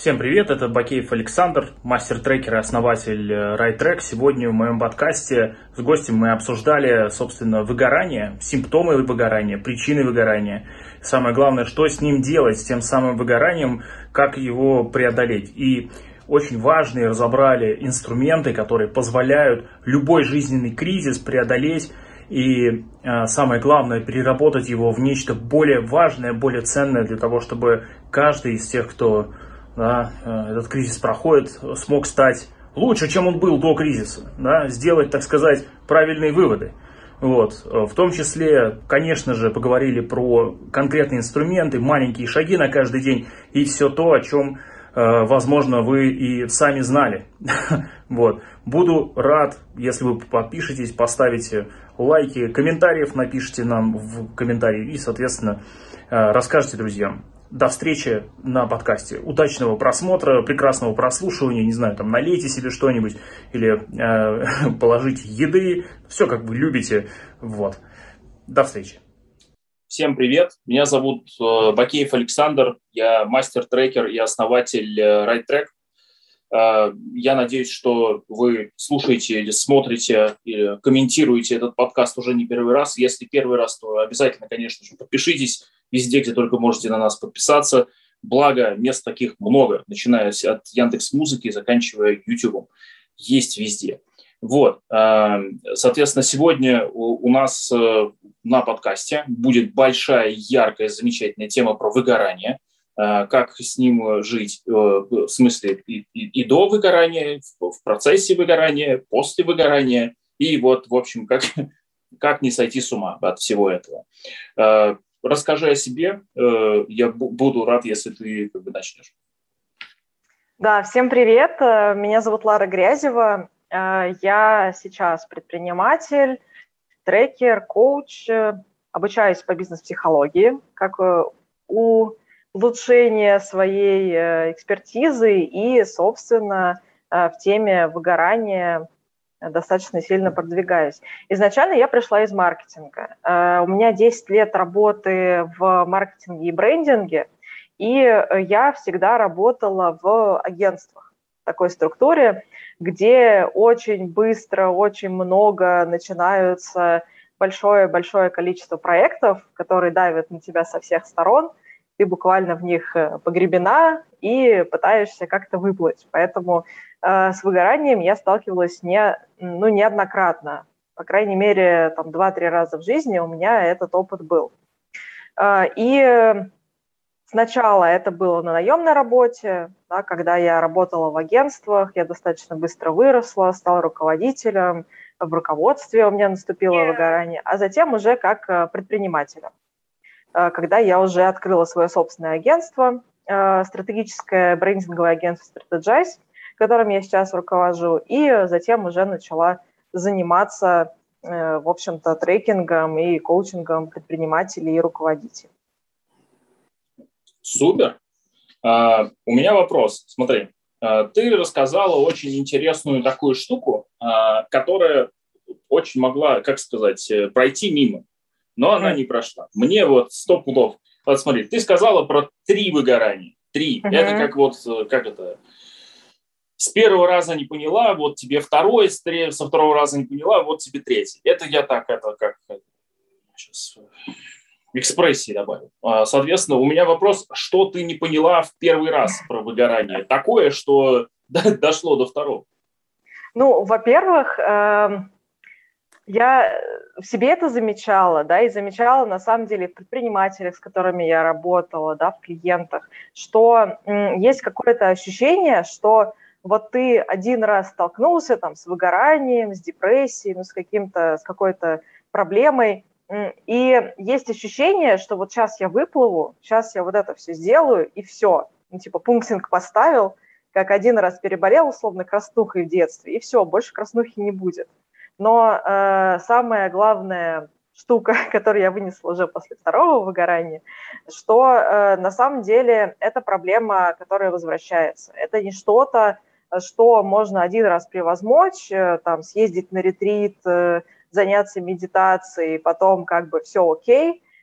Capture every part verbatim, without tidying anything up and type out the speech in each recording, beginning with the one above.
Всем привет, это Бакеев Александр, мастер-трекер и основатель RideTrack. Сегодня в моем подкасте с гостем мы обсуждали, собственно, выгорание, симптомы выгорания, причины выгорания. Самое главное, что с ним делать, с тем самым выгоранием, как его преодолеть. И очень важные разобрали инструменты, которые позволяют любой жизненный кризис преодолеть и, самое главное, переработать его в нечто более важное, более ценное для того, чтобы каждый из тех, кто да, этот кризис проходит, смог стать лучше, чем он был до кризиса, да, сделать, так сказать, правильные выводы. Вот. В том числе, конечно же, поговорили про конкретные инструменты, маленькие шаги на каждый день и все то, о чем, возможно, вы и сами знали. Вот. Буду рад, если вы подпишетесь, поставите лайки, комментариев напишите нам в комментарии и, соответственно, расскажете друзьям. До встречи на подкасте. Удачного просмотра, прекрасного прослушивания. Не знаю, там налейте себе что-нибудь или э, положите еды. Все, как вы любите. Вот. До встречи. Всем привет. Меня зовут э, Бакеев Александр. Я мастер-трекер и основатель э, RideTrack. Э, я надеюсь, что вы слушаете или смотрите, или комментируете этот подкаст уже не первый раз. Если первый раз, то обязательно, конечно же, подпишитесь. Везде, где только можете на нас подписаться. Благо, мест таких много, начиная от Яндекс.Музыки и заканчивая YouTube. Есть везде. Вот. Соответственно, сегодня у нас на подкасте будет большая, яркая, замечательная тема про выгорание. Как с ним жить, в смысле и, и, и до выгорания, в процессе выгорания, после выгорания. И вот, в общем, как, как не сойти с ума от всего этого. Расскажи о себе, я буду рад, если ты как бы начнешь. Да, всем привет, меня зовут Лара Грязева, я сейчас предприниматель, трекер, коуч, обучаюсь по бизнес-психологии, как улучшение своей экспертизы и, собственно, в теме выгорания достаточно сильно продвигаюсь. Изначально я пришла из маркетинга. У меня десять лет работы в маркетинге и брендинге, и я всегда работала в агентствах, в такой структуре, где очень быстро, очень много начинаются большое-большое количество проектов, которые давят на тебя со всех сторон, ты буквально в них погребена и пытаешься как-то выплыть. Поэтому э, с выгоранием я сталкивалась не, ну, неоднократно. По крайней мере, там, два-три раза в жизни у меня этот опыт был. Э, и сначала это было на наемной работе, да, когда я работала в агентствах, я достаточно быстро выросла, стала руководителем, в руководстве у меня наступило выгорание, а затем уже как предпринимателем, когда я уже открыла свое собственное агентство, стратегическое брендинговое агентство Strategize, которым я сейчас руковожу, и затем уже начала заниматься, в общем-то, трекингом и коучингом предпринимателей и руководителей. Супер! Uh, у меня вопрос. Смотри, uh, ты рассказала очень интересную такую штуку, uh, которая очень могла, как сказать, пройти мимо. Но она не прошла. Мне вот сто пудов. Вот смотри, ты сказала про три выгорания. Три. Uh-huh. Это как вот, как это, с первого раза не поняла, вот тебе второй, со второго раза не поняла, вот тебе третий. Это я так, это как, сейчас экспрессии добавил. Соответственно, у меня вопрос, что ты не поняла в первый раз про выгорание? Такое, что дошло до второго. Ну, во-первых, э- я в себе это замечала, да, и замечала, на самом деле, в предпринимателях, с которыми я работала, да, в клиентах, что м, есть какое-то ощущение, что вот ты один раз столкнулся там с выгоранием, с депрессией, ну, с каким-то, с какой-то проблемой, м, и есть ощущение, что вот сейчас я выплыву, сейчас я вот это все сделаю, и все, ну, типа пунктинг поставил, как один раз переболел, условно, краснухой в детстве, и все, больше краснухи не будет. Но э, самая главная штука, которую я вынесла уже после второго выгорания, что э, на самом деле это проблема, которая возвращается. Это не что-то, что можно один раз превозмочь, э, там, съездить на ретрит, э, заняться медитацией, потом как бы все окей.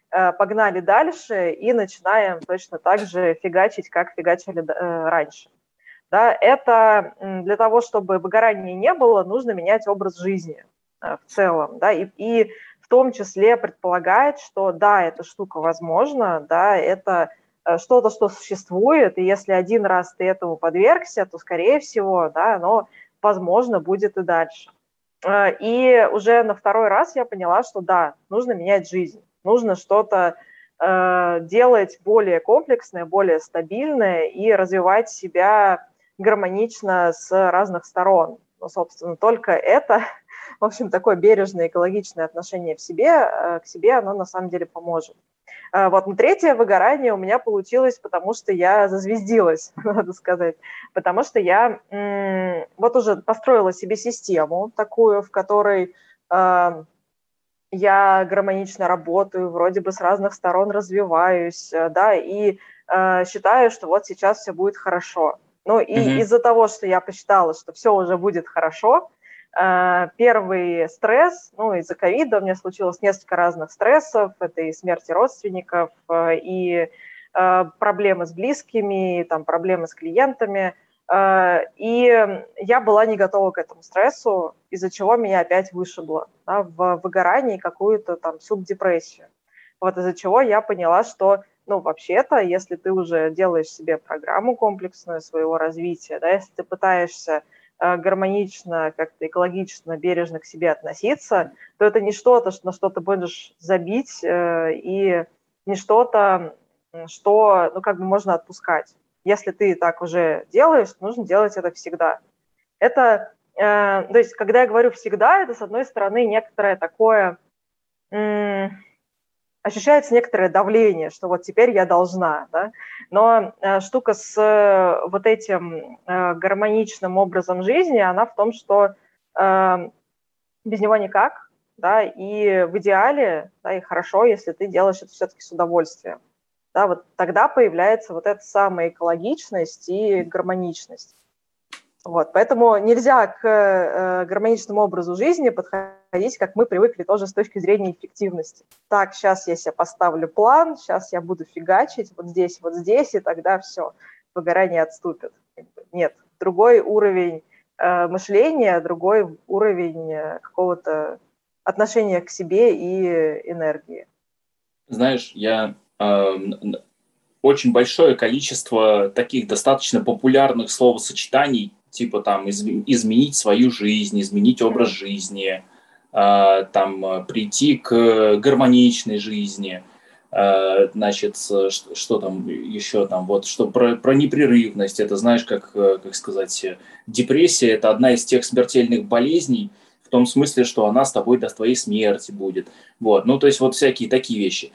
погнали дальше и начинаем точно так же фигачить, как фигачили раньше. Да, это для того, чтобы выгорания не было, нужно менять образ жизни в целом, да, и, и в том числе предполагает, что да, эта штука возможна, да, это что-то, что существует, и если один раз ты этому подвергся, то, скорее всего, да, оно, возможно, будет и дальше. И уже на второй раз я поняла, что да, нужно менять жизнь, нужно что-то э, делать более комплексное, более стабильное и развивать себя гармонично с разных сторон. Ну, собственно, только это, в общем, такое бережное, экологичное отношение в себе, к себе, оно на самом деле поможет. Вот, но третье выгорание у меня получилось, потому что я зазвездилась, надо сказать, потому что я м- вот уже построила себе систему такую, в которой э, я гармонично работаю, вроде бы с разных сторон развиваюсь, да, и э, считаю, что вот сейчас все будет хорошо. Ну и mm-hmm. из-за того, что я посчитала, что все уже будет хорошо, первый стресс, ну, из-за ковида у меня случилось несколько разных стрессов, это и смерти родственников, и проблемы с близкими, и, там, проблемы с клиентами, и я была не готова к этому стрессу, из-за чего меня опять вышибло, да, в выгорании, какую-то там субдепрессию. Вот из-за чего я поняла, что, ну, вообще-то, если ты уже делаешь себе программу комплексную своего развития, да, если ты пытаешься гармонично, как-то экологично, бережно к себе относиться, то это не что-то, на что ты будешь забить, и не что-то, что, ну, как бы можно отпускать. Если ты так уже делаешь, нужно делать это всегда. Это, то есть, когда я говорю всегда, это, с одной стороны, некоторое такое... ощущается некоторое давление, что вот теперь я должна, да? Но э, штука с э, вот этим э, гармоничным образом жизни, она в том, что э, без него никак, да, и в идеале, да, и хорошо, если ты делаешь это все-таки с удовольствием, да, вот тогда появляется вот эта самая экологичность и гармоничность. Вот, поэтому нельзя к э, гармоничному образу жизни подходить, как мы привыкли, тоже с точки зрения эффективности. Так, сейчас я себе поставлю план, сейчас я буду фигачить вот здесь, вот здесь, и тогда все, выгорание отступит. Нет, другой уровень э, мышления, другой уровень э, какого-то отношения к себе и энергии. Знаешь, я... Э, очень большое количество таких достаточно популярных словосочетаний, типа там из, изменить свою жизнь, изменить образ жизни, э, там прийти к гармоничной жизни, э, значит, что, что там еще там, вот, что про, про непрерывность, это знаешь, как, как сказать, депрессия – это одна из тех смертельных болезней, в том смысле, что она с тобой до твоей смерти будет, вот, ну, то есть вот всякие такие вещи.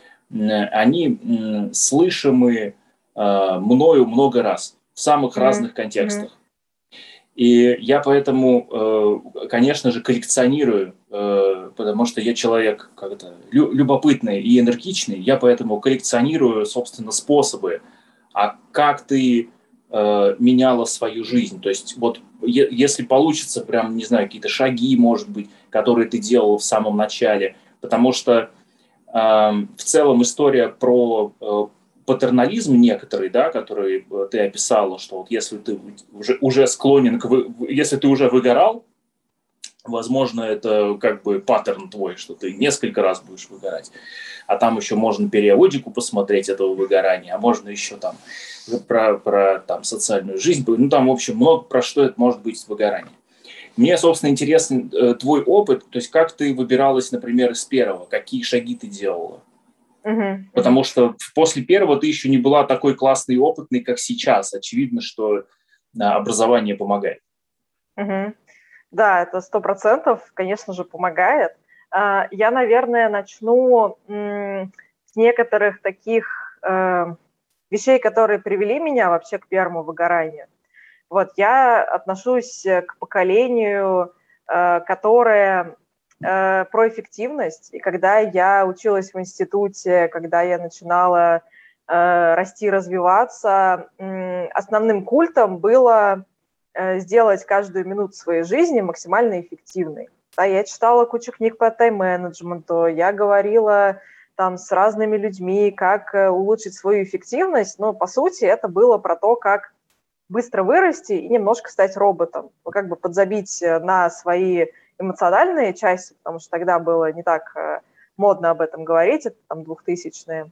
Они слышимы э, мною много раз в самых mm-hmm. разных контекстах. Mm-hmm. И я поэтому, э, конечно же, коллекционирую, э, потому что я человек как-то лю- любопытный и энергичный, я поэтому коллекционирую, собственно, способы, а как ты э, меняла свою жизнь. То есть вот е- если получится, прям, не знаю, какие-то шаги, может быть, которые ты делал в самом начале, потому что в целом история про патернализм некоторый, да, который ты описала, что вот если ты уже, уже склонен к... Вы, если ты уже выгорал, возможно, это как бы паттерн твой, что ты несколько раз будешь выгорать. А там еще можно периодику посмотреть этого выгорания, а можно еще там про, про там, социальную жизнь. Ну, там, в общем, много про что это может быть выгорание. Мне, собственно, интересен э, твой опыт, то есть как ты выбиралась, например, из первого, какие шаги ты делала? Uh-huh. Потому что после первого ты еще не была такой классной и опытной, как сейчас. Очевидно, что а, образование помогает. Uh-huh. Да, это сто процентов, конечно же, помогает. А, я, наверное, начну м- с некоторых таких э, вещей, которые привели меня вообще к первому выгоранию. Вот, я отношусь к поколению, э, которое э, про эффективность. И когда я училась в институте, когда я начинала э, расти, развиваться, э, основным культом было э, сделать каждую минуту своей жизни максимально эффективной. Да, я читала кучу книг по тайм-менеджменту, я говорила там, с разными людьми, как улучшить свою эффективность, но, по сути, это было про то, как быстро вырасти и немножко стать роботом, ну, как бы подзабить на свои эмоциональные части, потому что тогда было не так модно об этом говорить, это там двухтысячные,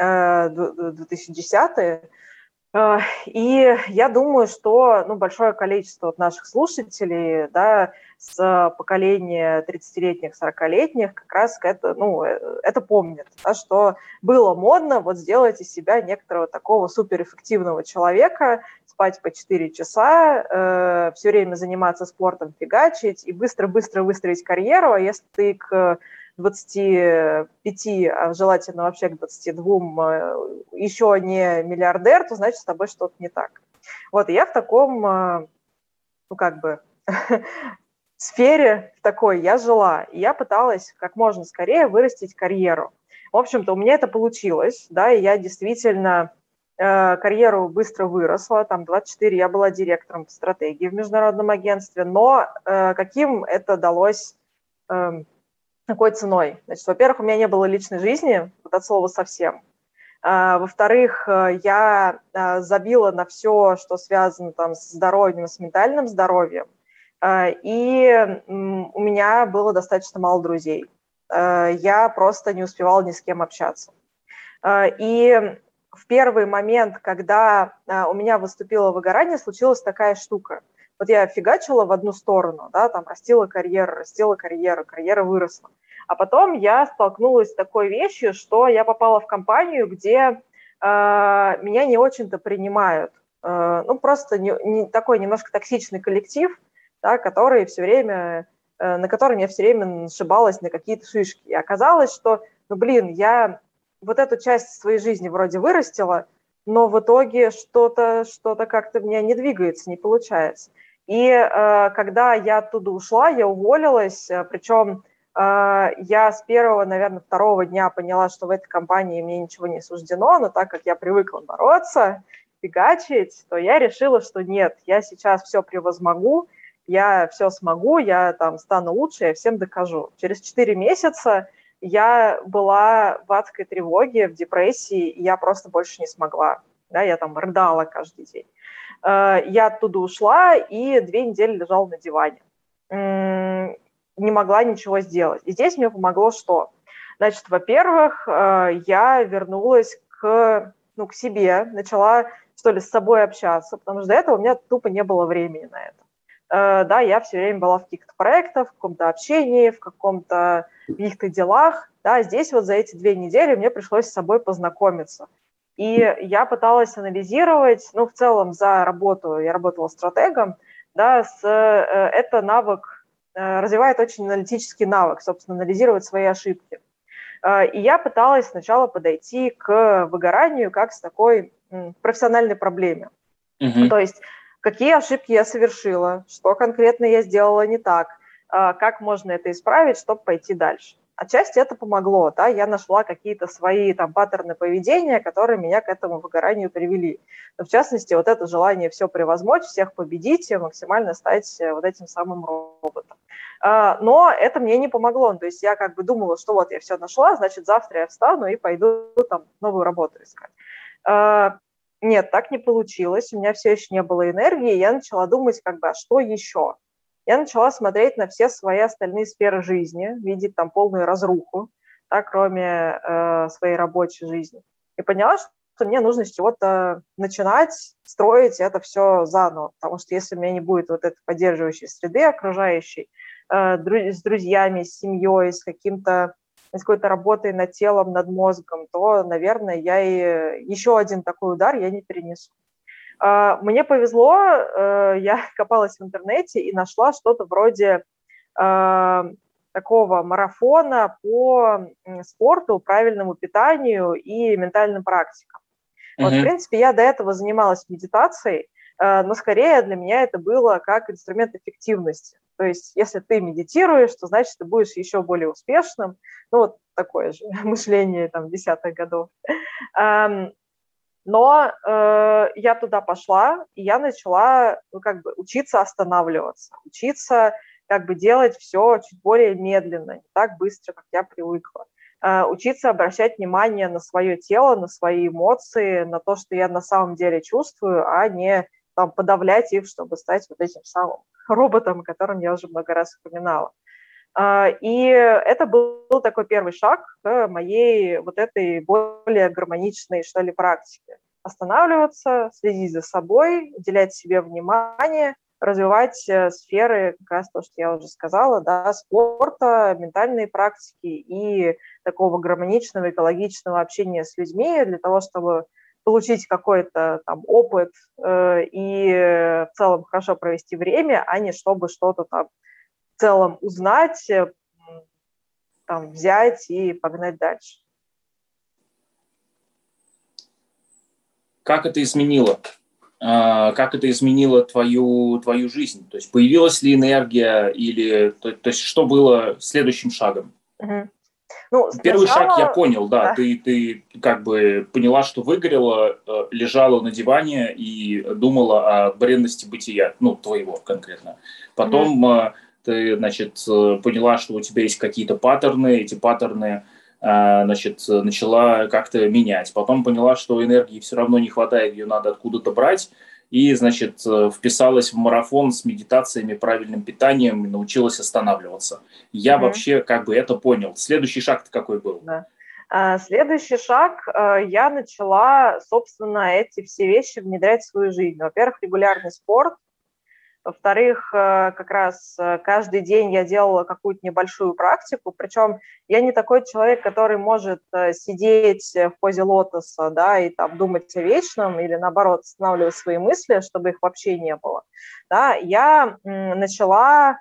две тысячи десятые. И я думаю, что ну, большое количество вот наших слушателей, да, с поколения тридцатилетних, сорокалетних как раз это, ну, это помнят, да, что было модно вот сделать из себя некоторого такого суперэффективного человека, спать по четыре часа, э, все время заниматься спортом, фигачить и быстро-быстро выстроить карьеру, а если ты к двадцати пяти, а желательно вообще к двадцати двум еще не миллиардер, то значит с тобой что-то не так. Вот, и я в таком, ну, как бы, сфере в такой я жила, и я пыталась как можно скорее вырастить карьеру. В общем-то, у меня это получилось, да, и я действительно э, карьеру быстро выросла, там двадцать четыре я была директором по стратегии в международном агентстве, но э, каким это далось, э, какой ценой? Значит, во-первых, у меня не было личной жизни, вот от слова совсем. А, во-вторых, я а, забила на все, что связано там с здоровьем, с ментальным здоровьем, а, и м, у меня было достаточно мало друзей. А, я просто не успевала ни с кем общаться. А, и в первый момент, когда а, у меня выступило выгорание, случилась такая штука. Вот я фигачила в одну сторону, да, там растила карьеру, растила карьеру, карьера выросла. А потом я столкнулась с такой вещью, что я попала в компанию, где э, меня не очень-то принимают. Э, ну, просто не, не, такой немножко токсичный коллектив, да, который все время, э, на котором я все время нашибалась на какие-то шишки. И оказалось, что, ну, блин, я вот эту часть своей жизни вроде вырастила, но в итоге что-то, что-то как-то у меня не двигается, не получается. И э, когда я оттуда ушла, я уволилась, э, причем э, я с первого, наверное, второго дня поняла, что в этой компании мне ничего не суждено, но так как я привыкла бороться, фигачить, то я решила, что нет, я сейчас все превозмогу, я все смогу, я там стану лучше, я всем докажу. Через четыре месяца я была в адской тревоге, в депрессии, и я просто больше не смогла. Да, я там рыдала каждый день. Я оттуда ушла и две недели лежала на диване. Не могла ничего сделать. И здесь мне помогло что? Значит, во-первых, я вернулась к, ну, к себе, начала, что ли, с собой общаться, потому что до этого у меня тупо не было времени на это. Да, я все время была в каких-то проектах, в каком-то общении, в каком-то, в каких-то делах. Да, здесь вот за эти две недели мне пришлось с собой познакомиться. И я пыталась анализировать, ну, в целом за работу, я работала стратегом, да, с, это навык, развивает очень аналитический навык, собственно, анализировать свои ошибки. И я пыталась сначала подойти к выгоранию как с такой профессиональной проблеме. Mm-hmm. То есть, какие ошибки я совершила, что конкретно я сделала не так, как можно это исправить, чтобы пойти дальше. Отчасти это помогло, да, я нашла какие-то свои там паттерны поведения, которые меня к этому выгоранию привели. Но в частности, вот это желание все превозмочь, всех победить, максимально стать вот этим самым роботом. Но это мне не помогло, то есть я как бы думала, что вот я все нашла, значит, завтра я встану и пойду там новую работу искать. Нет, так не получилось, у меня все еще не было энергии, я начала думать, как бы, а что еще? Я начала смотреть на все свои остальные сферы жизни, видеть там полную разруху, да, кроме э, своей рабочей жизни. И поняла, что мне нужно с чего-то начинать, строить это все заново, потому что если у меня не будет вот этой поддерживающей среды окружающей, э, друз- с друзьями, с семьей, с каким-то, с какой-то работой над телом, над мозгом, то, наверное, я и еще один такой удар я не перенесу. Мне повезло, я копалась в интернете и нашла что-то вроде такого марафона по спорту, правильному питанию и ментальным практикам. Mm-hmm. Вот, в принципе, я до этого занималась медитацией, но скорее для меня это было как инструмент эффективности. То есть если ты медитируешь, то значит ты будешь еще более успешным. Ну вот такое же мышление там десятых годов. Но э, я туда пошла, и я начала, ну, как бы учиться останавливаться, учиться как бы делать все чуть более медленно, не так быстро, как я привыкла. учиться обращать внимание на свое тело, на свои эмоции, на то, что я на самом деле чувствую, а не там, подавлять их, чтобы стать вот этим самым роботом, о котором я уже много раз упоминала. И это был такой первый шаг к моей вот этой более гармоничной, что ли, практике. Останавливаться, следить за собой, уделять себе внимание, развивать сферы, как раз то, что я уже сказала, да, спорта, ментальные практики и такого гармоничного, экологичного общения с людьми для того, чтобы получить какой-то там опыт э, и в целом хорошо провести время, а не чтобы что-то там в целом узнать, там, взять и погнать дальше. Как это изменило? Как это изменило твою, твою жизнь? То есть появилась ли энергия или то, то есть что было следующим шагом? Угу. Ну, Первый сначала... шаг я понял, да, да. Ты, ты как бы поняла, что выгорела, лежала на диване и думала о бренности бытия, ну, твоего конкретно. Потом угу. ты, значит, поняла, что у тебя есть какие-то паттерны, эти паттерны, значит, начала как-то менять. Потом поняла, что энергии все равно не хватает, ее надо откуда-то брать. И, значит, вписалась в марафон с медитациями, правильным питанием и научилась останавливаться. Я mm-hmm. вообще как бы это понял. Следующий шаг-то какой был? Да. А, следующий шаг, я начала, собственно, эти все вещи внедрять в свою жизнь. Во-первых, регулярный спорт. Во-вторых, как раз каждый день я делала какую-то небольшую практику, причем я не такой человек, который может сидеть в позе лотоса, да, и там думать о вечном или, наоборот, останавливать свои мысли, чтобы их вообще не было. Да, я начала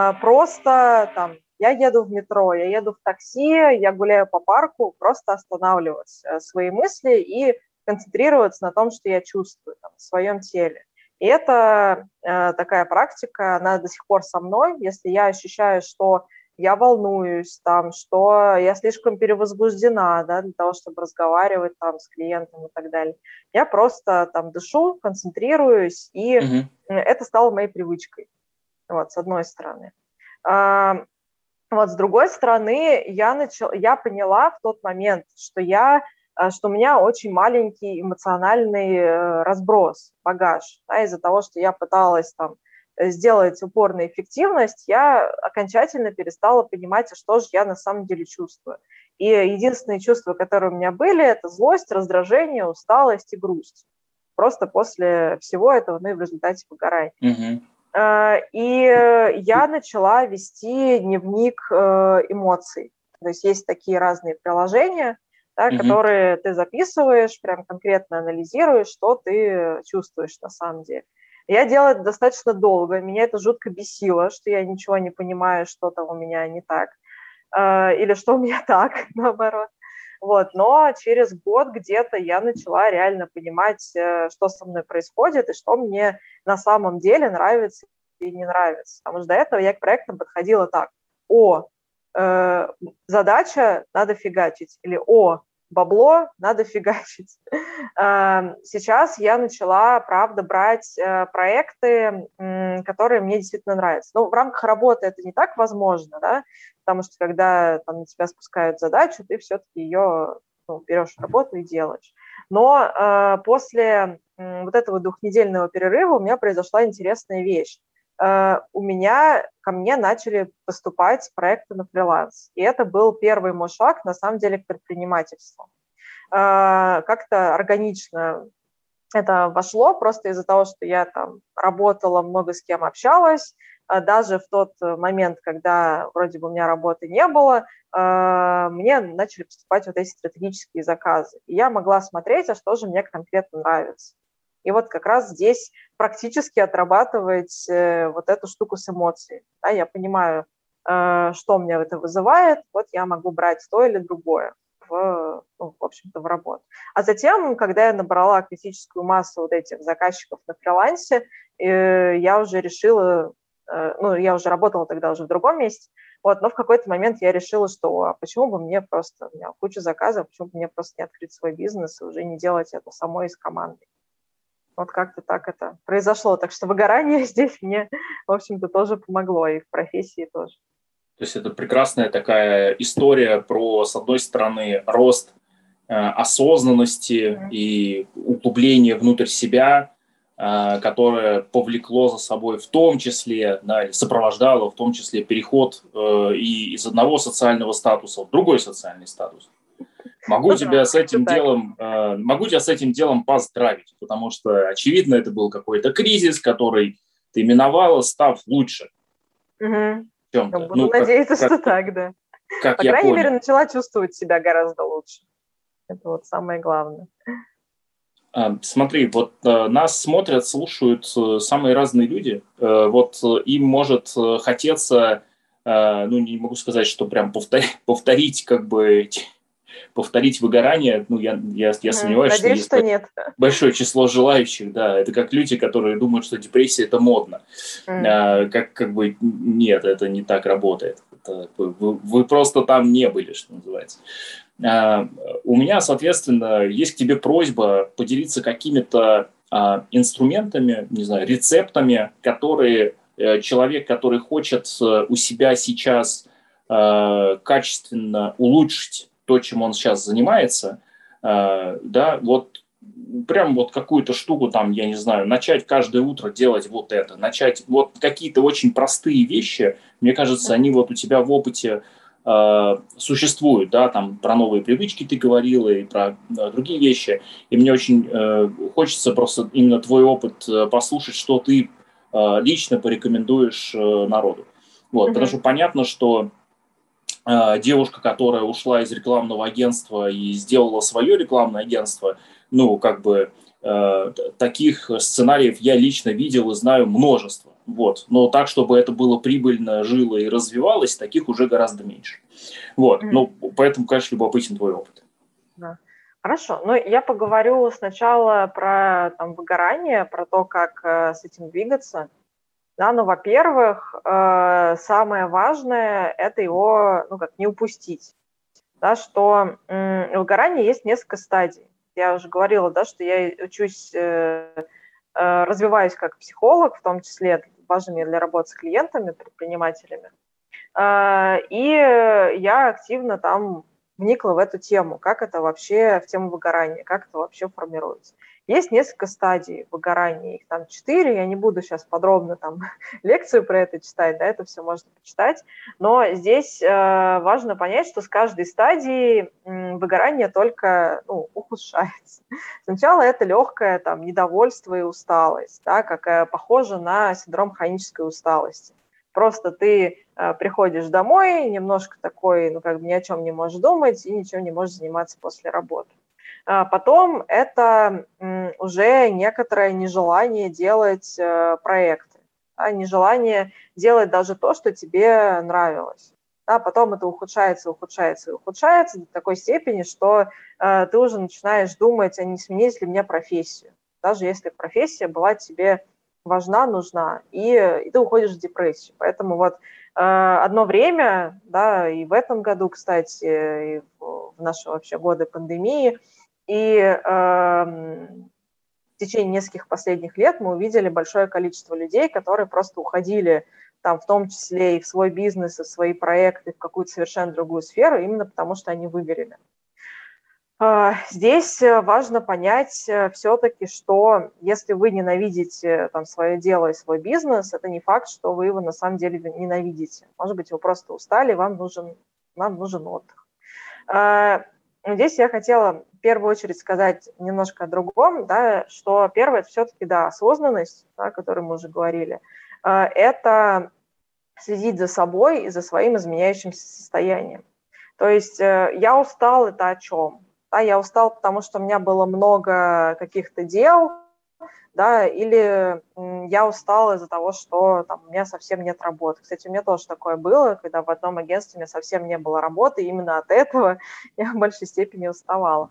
просто, там, я еду в метро, я еду в такси, я гуляю по парку, просто останавливать свои мысли и концентрироваться на том, что я чувствую там, в своем теле. И это э, такая практика, она до сих пор со мной. Если я ощущаю, что я волнуюсь, там, что я слишком перевозбуждена, да, для того, чтобы разговаривать там, с клиентом и так далее, я просто там дышу, концентрируюсь, и mm-hmm. это стало моей привычкой, вот, с одной стороны. А, вот, с другой стороны, я, начала, я поняла в тот момент, что я... что у меня очень маленький эмоциональный разброс, багаж. Да, из-за того, что я пыталась там, сделать упор на эффективность, я окончательно перестала понимать, что же я на самом деле чувствую. И единственные чувства, которые у меня были, это злость, раздражение, усталость и грусть. Просто после всего этого, ну и в результате выгорания. Mm-hmm. И я начала вести дневник эмоций. То есть есть такие разные приложения, да, mm-hmm. которые ты записываешь, прям конкретно анализируешь, что ты чувствуешь на самом деле. Я делала это достаточно долго, меня это жутко бесило, что я ничего не понимаю, что там у меня не так, э, или что у меня так, наоборот. Вот. Но через год где-то я начала реально понимать, э, что со мной происходит и что мне на самом деле нравится и не нравится. Потому что до этого я к проектам подходила так: о, э, задача, надо фигачить, или о, бабло, надо фигачить. Сейчас я начала, правда, брать проекты, которые мне действительно нравятся. Ну, в рамках работы это не так возможно, да, потому что когда там, на тебя спускают задачу, ты все-таки ее ну, берешь в работу и делаешь. Но э, после э, вот этого двухнедельного перерыва у меня произошла интересная вещь. Э, у меня, ко мне начали поступать проекты на фриланс. И это был первый мой шаг, на самом деле, к предпринимательству. Э, как-то органично это вошло, просто из-за того, что я там работала, много с кем общалась. Даже в тот момент, когда вроде бы у меня работы не было, мне начали поступать вот эти стратегические заказы. И я могла смотреть, а что же мне конкретно нравится. И вот как раз здесь практически отрабатывать вот эту штуку с эмоцией. Да, я понимаю, что мне это вызывает, вот я могу брать то или другое в, ну, в общем-то, в работу. А затем, когда я набрала критическую массу вот этих заказчиков на фрилансе, я уже решила, ну, я уже работала тогда уже в другом месте, вот, но в какой-то момент я решила, что а почему бы мне просто, у меня куча заказов, почему бы мне просто не открыть свой бизнес и уже не делать это самой с командой. Вот как-то так это произошло. Так что выгорание здесь мне, в общем-то, тоже помогло, и в профессии тоже. То есть это прекрасная такая история про, с одной стороны, рост э, осознанности и углубление внутрь себя, э, которое повлекло за собой в том числе, да, или сопровождало в том числе переход э, и из одного социального статуса в другой социальный статус. Могу, ну, тебя да, с этим делом, э, могу тебя с этим делом поздравить, потому что, очевидно, это был какой-то кризис, который ты миновала, став лучше. Угу. Буду ну, надеяться, как, что как, так, да. Как По я крайней понял. мере, начала чувствовать себя гораздо лучше. Это вот самое главное. А, смотри, вот а, нас смотрят, слушают а, самые разные люди. А, вот а, им может а, хотеться, а, ну, не могу сказать, что прям повторить, повторить как бы... повторить выгорание, ну, я, я, я сомневаюсь, Надеюсь, что, что есть нет. большое число желающих, да, это как люди, которые думают, что депрессия – это модно. Mm. А, как, как бы нет, это не так работает. Это, вы, вы просто там не были, что называется. А, у меня, соответственно, есть к тебе просьба поделиться какими-то а, инструментами, не знаю, рецептами, которые а, человек, который хочет у себя сейчас а, качественно улучшить то, чем он сейчас занимается, э, да, вот прям вот какую-то штуку там, я не знаю, начать каждое утро делать вот это, начать вот какие-то очень простые вещи, мне кажется, они вот у тебя в опыте э, существуют, да, там про новые привычки ты говорила и про э, другие вещи, и мне очень э, хочется просто именно твой опыт э, послушать, что ты э, лично порекомендуешь э, народу. Вот, mm-hmm. Потому что понятно, что девушка, которая ушла из рекламного агентства и сделала свое рекламное агентство, ну, как бы э, таких сценариев я лично видел и знаю множество. Вот. Но так, чтобы это было прибыльно, жило и развивалось, таких уже гораздо меньше. Вот. Mm-hmm. Ну, поэтому, конечно, любопытен твой опыт. Да. Хорошо. Ну, я поговорю сначала про там, выгорание, про то, как э, с этим двигаться. Да, ну, во-первых, э, самое важное – это его, ну, как не упустить, да, что э, у выгорания есть несколько стадий. Я уже говорила, да, что я учусь, э, э, развиваюсь как психолог, в том числе важно мне для работы с клиентами, предпринимателями, э, и я активно там вникла в эту тему, как это вообще, в тему выгорания, как это вообще формируется. Есть несколько стадий выгорания, их там четыре, я не буду сейчас подробно там лекцию про это читать, да, это все можно почитать, но здесь э, важно понять, что с каждой стадией э, выгорание только ну, ухудшается. Сначала это легкое там недовольство и усталость, да, как э, похоже на синдром хронической усталости. Просто ты э, приходишь домой, немножко такой, ну как бы ни о чем не можешь думать и ничем не можешь заниматься после работы. Потом это уже некоторое нежелание делать проекты, да, нежелание делать даже то, что тебе нравилось. Да, потом это ухудшается, ухудшается и ухудшается до такой степени, что э, ты уже начинаешь думать, а не сменить ли мне профессию, даже если профессия была тебе важна, нужна, и, и ты уходишь в депрессию. Поэтому вот э, одно время, да, и в этом году, кстати, и в, в наши вообще годы пандемии, и э, в течение нескольких последних лет мы увидели большое количество людей, которые просто уходили, там, в том числе и в свой бизнес, и в свои проекты, в какую-то совершенно другую сферу, именно потому что они выгорели. Э, здесь важно понять все-таки, что если вы ненавидите там, свое дело и свой бизнес, это не факт, что вы его на самом деле ненавидите. Может быть, вы просто устали, вам нужен, вам нужен отдых. Э, Здесь я хотела в первую очередь сказать немножко о другом, да, что первое – это все-таки, да, осознанность, да, о которой мы уже говорили, это следить за собой и за своим изменяющимся состоянием. То есть я устал – это о чем? Да, я устал, потому что у меня было много каких-то дел, да, или я устала из-за того, что там, у меня совсем нет работы. Кстати, у меня тоже такое было, когда в одном агентстве у меня совсем не было работы, и именно от этого я в большей степени уставала.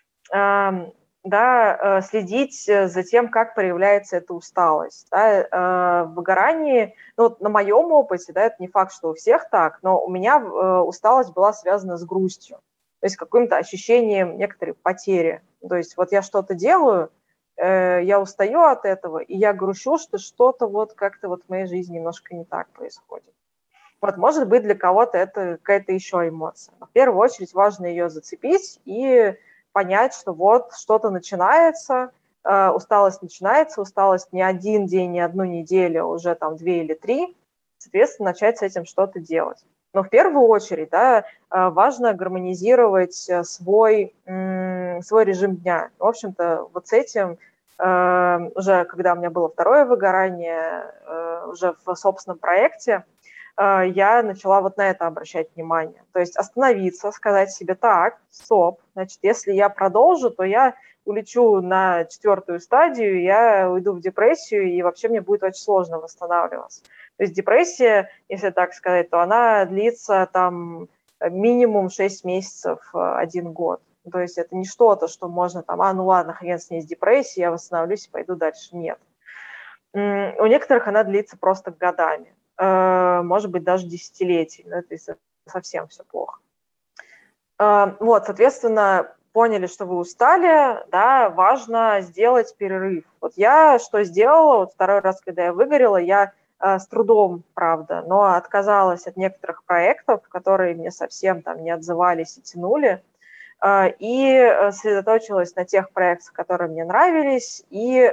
Да, следить за тем, как проявляется эта усталость. Да, в выгорании, ну, вот на моем опыте, да, это не факт, что у всех так, но у меня усталость была связана с грустью, то есть каким-то ощущением некоторой потери. То есть вот я что-то делаю, я устаю от этого, и я грущу, что что-то вот как-то вот в моей жизни немножко не так происходит. Вот, может быть, для кого-то это какая-то еще эмоция. Но в первую очередь важно ее зацепить и понять, что вот что-то начинается, э, усталость начинается, усталость не один день, не одну неделю, а уже там две или три, соответственно, начать с этим что-то делать. Но в первую очередь, да, важно гармонизировать свой, свой режим дня. В общем-то, вот с этим уже, когда у меня было второе выгорание, уже в собственном проекте, я начала вот на это обращать внимание. То есть остановиться, сказать себе: так, стоп, значит, если я продолжу, то я улечу на четвертую стадию, я уйду в депрессию, и вообще мне будет очень сложно восстанавливаться. То есть депрессия, если так сказать, то она длится там минимум шесть месяцев, один год. То есть это не что-то, что можно там, а, ну ладно, хрен с ней, с депрессией, я восстановлюсь и пойду дальше. Нет. У некоторых она длится просто годами, может быть, даже десятилетиями, но это совсем все плохо. Вот, соответственно, поняли, что вы устали, да, важно сделать перерыв. Вот я что сделала, вот второй раз, когда я выгорела, я с трудом, правда, но отказалась от некоторых проектов, которые мне совсем там не отзывались и тянули, и сосредоточилась на тех проектах, которые мне нравились, и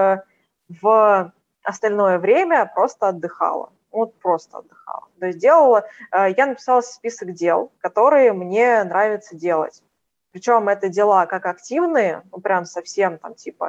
в остальное время просто отдыхала. Вот просто отдыхала. То есть делала, я написала список дел, которые мне нравится делать. Причем это дела как активные, ну прям совсем там типа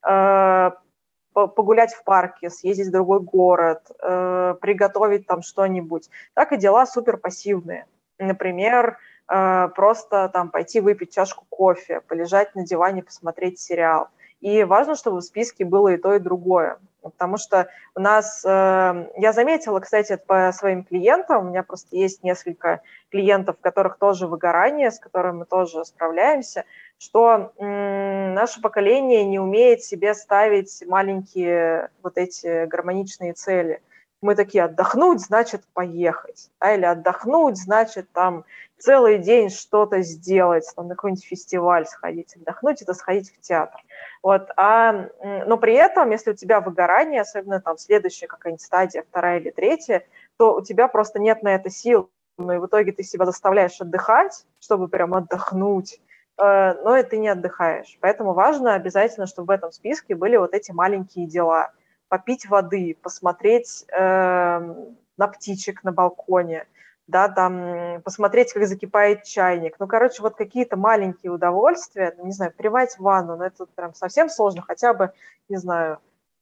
погулять в парке, съездить в другой город, э, приготовить там что-нибудь, так и дела супер пассивные. Например, э, просто там пойти выпить чашку кофе, полежать на диване, посмотреть сериал. И важно, чтобы в списке было и то, и другое. Потому что у нас, э, я заметила, кстати, это по своим клиентам, у меня просто есть несколько клиентов, у которых тоже выгорание, с которыми мы тоже справляемся, что м, наше поколение не умеет себе ставить маленькие вот эти гармоничные цели. Мы такие: отдохнуть, значит, поехать. Да, или отдохнуть, значит, там целый день что-то сделать, там, на какой-нибудь фестиваль сходить. Отдохнуть – это сходить в театр. Вот, а, но при этом, если у тебя выгорание, особенно там следующая какая-нибудь стадия, вторая или третья, то у тебя просто нет на это сил. Ну и в итоге ты себя заставляешь отдыхать, чтобы прям отдохнуть, но и ты не отдыхаешь. Поэтому важно обязательно, чтобы в этом списке были вот эти маленькие дела. Попить воды, посмотреть э, на птичек на балконе, да, там, посмотреть, как закипает чайник. Ну, короче, вот какие-то маленькие удовольствия, не знаю, принимать ванну, но это прям совсем сложно, хотя бы, не знаю,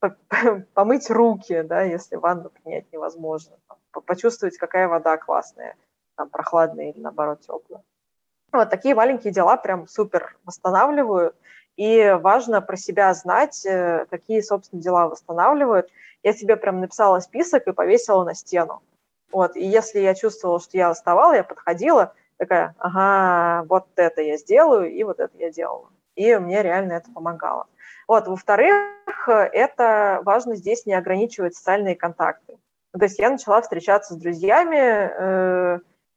помыть руки, да, если ванну принять невозможно, почувствовать, какая вода классная, там, прохладная или, наоборот, теплая. Вот такие маленькие дела прям супер восстанавливают, и важно про себя знать, какие, собственно, дела восстанавливают. Я себе прям написала список и повесила на стену. Вот, и если я чувствовала, что я уставала, я подходила, такая: ага, вот это я сделаю, и вот это я делала. И мне реально это помогало. Вот, во-вторых, это важно здесь не ограничивать социальные контакты. То есть я начала встречаться с друзьями э,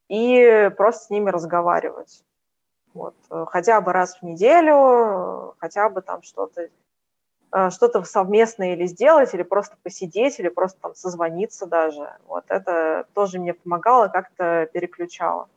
и просто с ними разговаривать. Вот, хотя бы раз в неделю, хотя бы там что-то, что-то совместное или сделать, или просто посидеть, или просто там созвониться даже. Вот это тоже мне помогало, как-то переключало.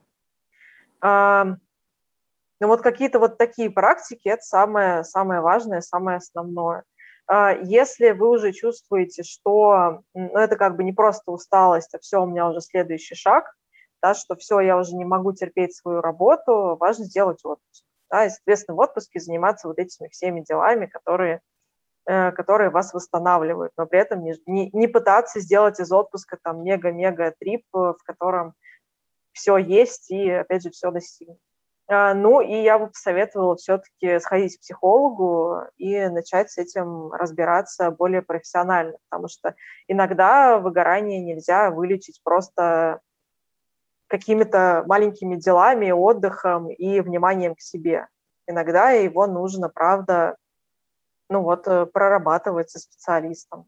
Ну вот какие-то вот такие практики – это самое, самое важное, самое основное. Если вы уже чувствуете, что ну, это как бы не просто усталость, а все, у меня уже следующий шаг, да, что все, я уже не могу терпеть свою работу, важно сделать отпуск. Да, и, соответственно, в отпуске заниматься вот этими всеми делами, которые, э, которые вас восстанавливают, но при этом не, не, не пытаться сделать из отпуска там мега-мега трип, в котором все есть и, опять же, все достигнуть. А, ну, и я бы посоветовала все-таки сходить к психологу и начать с этим разбираться более профессионально, потому что иногда выгорание нельзя вылечить просто какими-то маленькими делами, отдыхом и вниманием к себе. Иногда его нужно, правда, ну вот, прорабатывать со специалистом.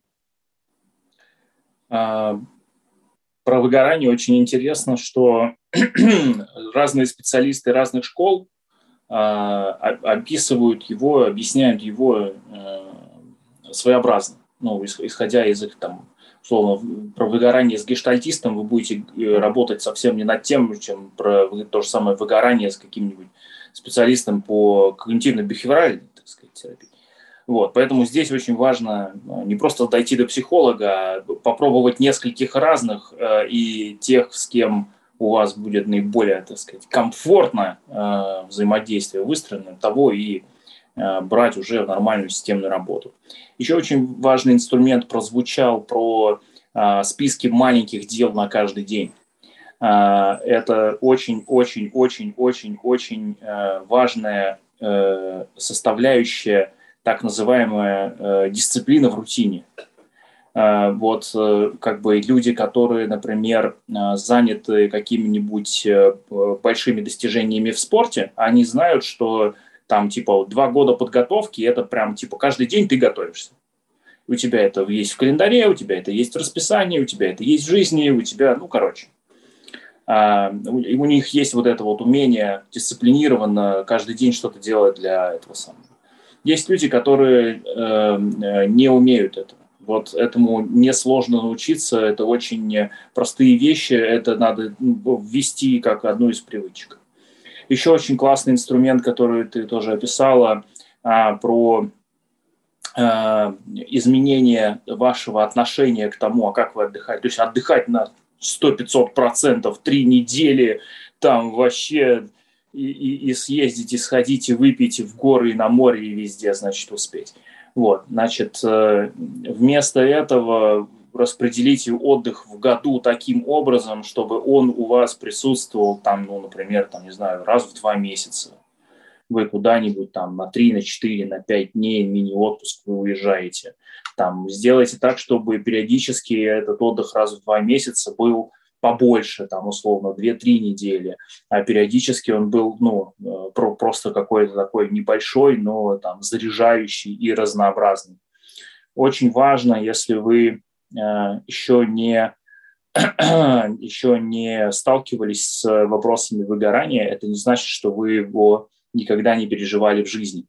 А, про выгорание очень интересно, что разные специалисты разных школ а, описывают его, объясняют его а, своеобразно. ну, исходя из их там, условно, про выгорание с гештальтистом, вы будете работать совсем не над тем, чем про то же самое выгорание с каким-нибудь специалистом по когнитивно-бихевиоральной, так сказать, терапии. Вот, поэтому здесь очень важно не просто дойти до психолога, а попробовать нескольких разных э, и тех, с кем у вас будет наиболее, так сказать, комфортно э, взаимодействие выстроено, того и э, брать уже нормальную системную работу. Еще очень важный инструмент прозвучал про э, списки маленьких дел на каждый день. Э, это очень-очень-очень-очень-очень э, важная э, составляющая, так называемая э, дисциплина в рутине. Э, вот э, как бы люди, которые, например, э, заняты какими-нибудь э, большими достижениями в спорте, они знают, что там типа два года подготовки, это прям типа каждый день ты готовишься. У тебя это есть в календаре, у тебя это есть в расписании, у тебя это есть в жизни, у тебя, ну, короче. Э, у, у них есть вот это вот умение дисциплинированно каждый день что-то делать для этого самого. Есть люди, которые э, не умеют этого. Вот этому несложно научиться, это очень простые вещи, это надо ввести как одну из привычек. Еще очень классный инструмент, который ты тоже описала, а, про а, изменение вашего отношения к тому, а как вы отдыхаете. То есть отдыхать на сто-пятьсот процентов, три недели, там вообще... И, и, и съездить, и сходить, и выпить, и в горы, и на море, и везде, значит, успеть. Вот, значит, вместо этого распределите отдых в году таким образом, чтобы он у вас присутствовал там, ну, например, там, не знаю, раз в два месяца. Вы куда-нибудь там на три, на четыре, на пять дней мини-отпуск вы уезжаете. Там сделайте так, чтобы периодически этот отдых раз в два месяца был побольше, там, условно, две-три недели, а периодически он был, ну, про- просто какой-то такой небольшой, но там заряжающий и разнообразный. Очень важно, если вы э, еще не еще не сталкивались с вопросами выгорания, это не значит, что вы его никогда не переживали в жизни.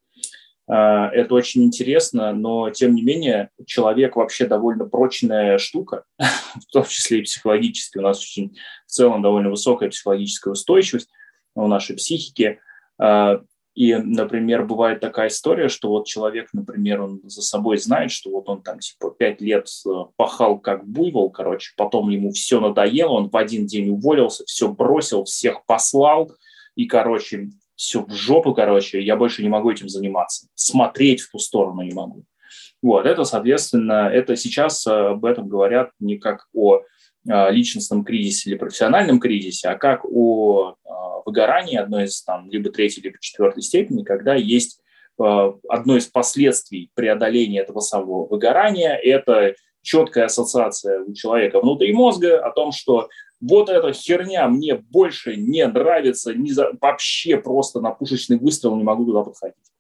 Это очень интересно, но, тем не менее, человек вообще довольно прочная штука, в том числе и психологически. У нас очень в целом довольно высокая психологическая устойчивость у нашей психики. И, например, бывает такая история, что вот человек, например, он за собой знает, что вот он там типа пять лет пахал как буйвол, короче, потом ему все надоело, он в один день уволился, все бросил, всех послал, и, короче... все в жопу, короче, я больше не могу этим заниматься. Смотреть в ту сторону не могу. Вот, это, соответственно, это сейчас об этом говорят не как о личностном кризисе или профессиональном кризисе, а как о выгорании одной из, там, либо третьей, либо четвертой степени, когда есть одно из последствий преодоления этого самого выгорания, это четкая ассоциация у человека внутри мозга о том, что вот эта херня мне больше не нравится, не за... вообще просто на пушечный выстрел не могу туда подходить.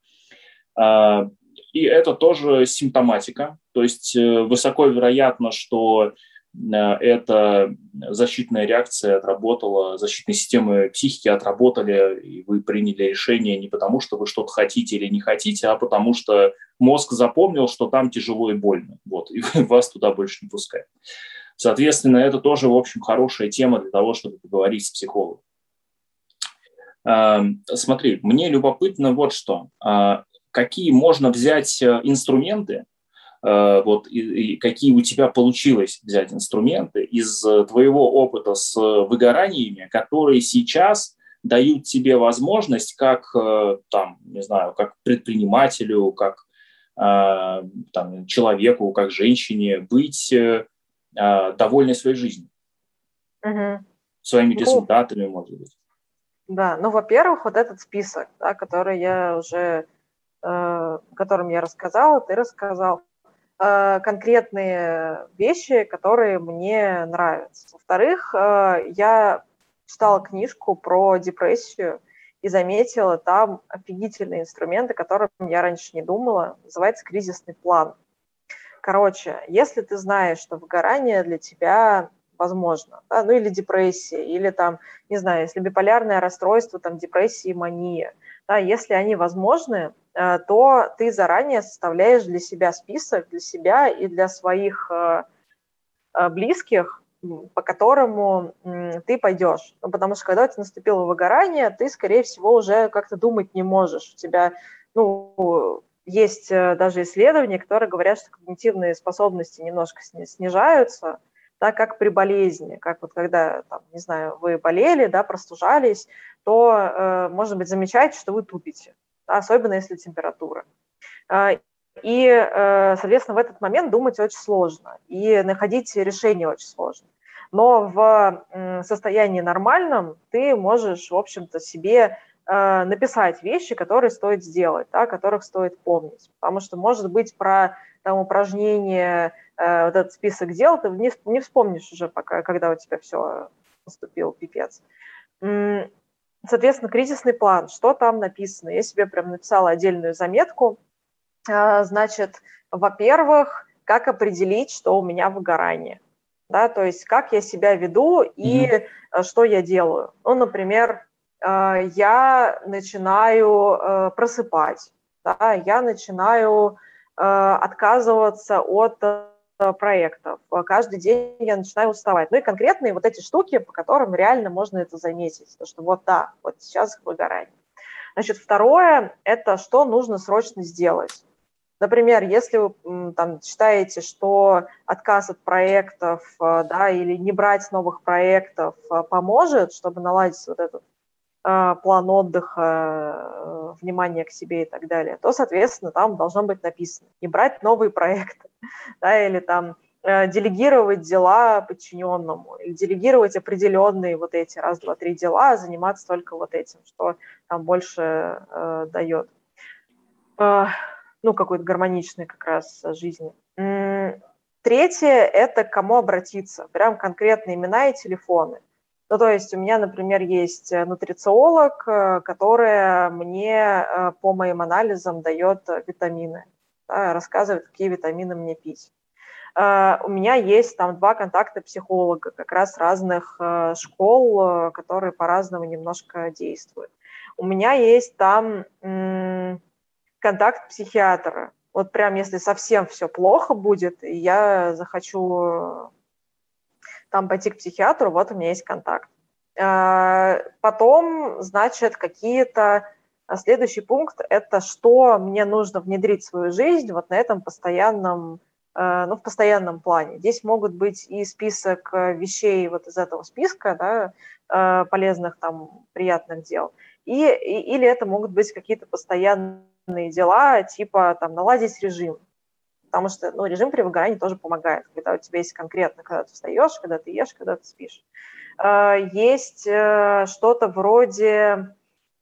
И это тоже симптоматика, то есть высоко вероятно, что эта защитная реакция отработала, защитные системы психики отработали, и вы приняли решение не потому, что вы что-то хотите или не хотите, а потому что мозг запомнил, что там тяжело и больно, вот, и вас туда больше не пускают. Соответственно, это тоже, в общем, хорошая тема для того, чтобы поговорить с психологом. Смотри, мне любопытно вот что. Какие можно взять инструменты, вот, и, и какие у тебя получилось взять инструменты из твоего опыта с выгораниями, которые сейчас дают тебе возможность как, там, не знаю, как предпринимателю, как там, человеку, как женщине быть довольной своей жизнью, угу. своими ну, результатами, может быть. Да, ну, во-первых, вот этот список, да, который я уже, э, которым я рассказала, ты рассказал, э, конкретные вещи, которые мне нравятся. Во-вторых, э, я читала книжку про депрессию и заметила там офигительные инструменты, о которых я раньше не думала. Называется кризисный план. Короче, если ты знаешь, что выгорание для тебя возможно, да, ну или депрессия, или там, не знаю, если биполярное расстройство, там депрессия и мания, да, если они возможны, то ты заранее составляешь для себя список, для себя и для своих близких, по которому ты пойдешь. Ну, потому что когда у тебя наступило выгорание, ты, скорее всего, уже как-то думать не можешь. У тебя, ну, есть даже исследования, которые говорят, что когнитивные способности немножко снижаются, так как при болезни, как вот когда, там, не знаю, вы болели, да, простужались, то, э, может быть, замечаете, что вы тупите, да, особенно если температура. И, соответственно, в этот момент думать очень сложно, и находить решение очень сложно. Но в состоянии нормальном ты можешь, в общем-то, себе написать вещи, которые стоит сделать, да, которых стоит помнить. Потому что, может быть, про там, упражнение, вот этот список дел ты не, не вспомнишь уже, пока, когда у тебя все наступил пипец. Соответственно, кризисный план, что там написано? Я себе прям написала отдельную заметку. Значит, во-первых, как определить, что у меня выгорание, да, то есть как я себя веду и mm-hmm. что я делаю. Ну, например, я начинаю просыпать, да, я начинаю отказываться от проектов, каждый день я начинаю уставать. Ну и конкретные вот эти штуки, по которым реально можно это заметить, то что вот да, вот сейчас выгорание. Значит, второе – это что нужно срочно сделать. Например, если вы там считаете, что отказ от проектов, да, или не брать новых проектов поможет, чтобы наладить вот этот э, план отдыха, внимание к себе и так далее, то, соответственно, там должно быть написано не брать новые проекты, да, или там э, делегировать дела подчиненному, или делегировать определенные вот эти раз, два, три дела, а заниматься только вот этим, что там больше э, дает. Э, ну, какой-то гармоничной как раз жизни. Третье – это к кому обратиться, прям конкретные имена и телефоны. Ну, то есть у меня, например, есть нутрициолог, которая мне по моим анализам дает витамины, да, рассказывает, какие витамины мне пить. У меня есть там два контакта психолога, как раз разных школ, которые по-разному немножко действуют. У меня есть там контакт психиатра. Вот прям если совсем все плохо будет, и я захочу там пойти к психиатру, вот у меня есть контакт. Потом, значит, какие-то... Следующий пункт – это что мне нужно внедрить в свою жизнь вот на этом постоянном, ну, в постоянном плане. Здесь могут быть и список вещей вот из этого списка, да, полезных там, приятных дел, и, и, или это могут быть какие-то постоянные дела, типа там наладить режим, потому что, ну, режим при выгорании тоже помогает, когда у тебя есть конкретно, когда ты встаешь, когда ты ешь, когда ты спишь. Есть что-то вроде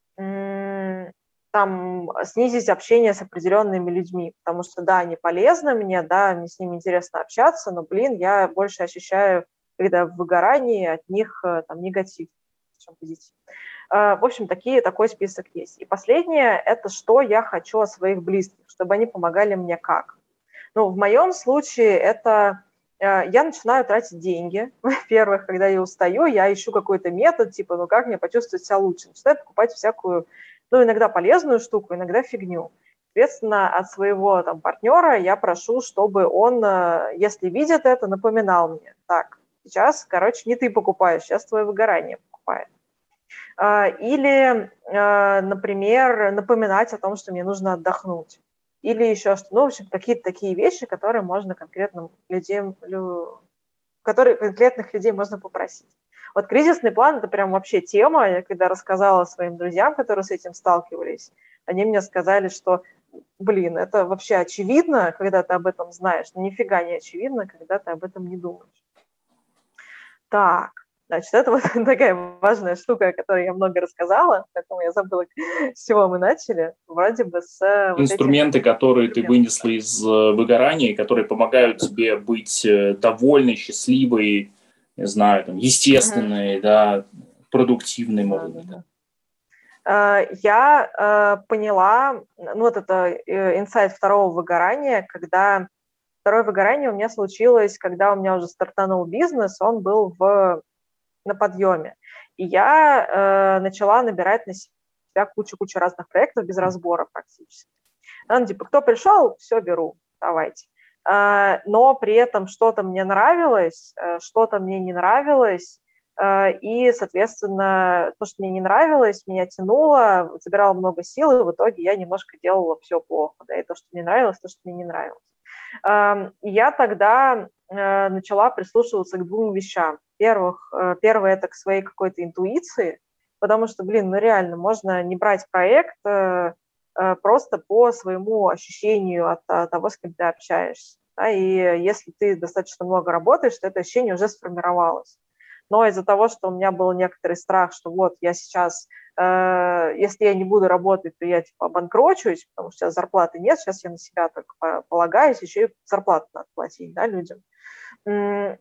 там снизить общение с определенными людьми, потому что, да, они полезны мне, да, мне с ними интересно общаться, но, блин, я больше ощущаю, когда в выгорании от них там негатив, чем позитив. В общем, такие, такой список есть. И последнее – это что я хочу от своих близких, чтобы они помогали мне как. Ну, в моем случае это я начинаю тратить деньги. Во-первых, когда я устаю, я ищу какой-то метод, типа, ну как мне почувствовать себя лучше. Начинаю покупать всякую, ну, иногда полезную штуку, иногда фигню. Соответственно, от своего там партнера я прошу, чтобы он, если видит это, напоминал мне. Так, сейчас, короче, не ты покупаешь, сейчас твое выгорание покупает. Или, например, напоминать о том, что мне нужно отдохнуть. Или еще что-то. Ну, в общем, какие-то такие вещи, которые можно конкретным людям, лю... которые конкретных людей можно попросить. Вот кризисный план – это прям вообще тема. Я когда рассказала своим друзьям, которые с этим сталкивались, они мне сказали, что, блин, это вообще очевидно, когда ты об этом знаешь, но нифига не очевидно, когда ты об этом не думаешь. Так. Значит, это вот такая важная штука, о которой я много рассказала, поэтому я забыла, с чего мы начали. Вроде бы с... Инструменты, вот этим... которые ты вынесла из выгорания, которые помогают тебе быть довольной, счастливой, не знаю, там, естественной, uh-huh. да, продуктивной, может быть. Да. Я поняла, ну вот это инсайт второго выгорания, когда... Второе выгорание у меня случилось, когда у меня уже стартанул бизнес, он был в... на подъеме. И я э, начала набирать на себя кучу-кучу разных проектов без разбора практически. Ну, типа, кто пришел, все беру, давайте. Но при этом что-то мне нравилось, что-то мне не нравилось, и, соответственно, то, что мне не нравилось, меня тянуло, забирало много сил, и в итоге я немножко делала все плохо, да, и то, что мне нравилось, то, что мне не нравилось. Я тогда начала прислушиваться к двум вещам. Первых, первое – это к своей какой-то интуиции, потому что, блин, ну реально, можно не брать проект просто по своему ощущению от, от того, с кем ты общаешься. Да, и если ты достаточно много работаешь, то это ощущение уже сформировалось. Но из-за того, что у меня был некоторый страх, что вот я сейчас, э, если я не буду работать, то я типа обанкрочусь, потому что сейчас зарплаты нет, сейчас я на себя только полагаюсь, еще и зарплату надо платить, да, людям. Ну,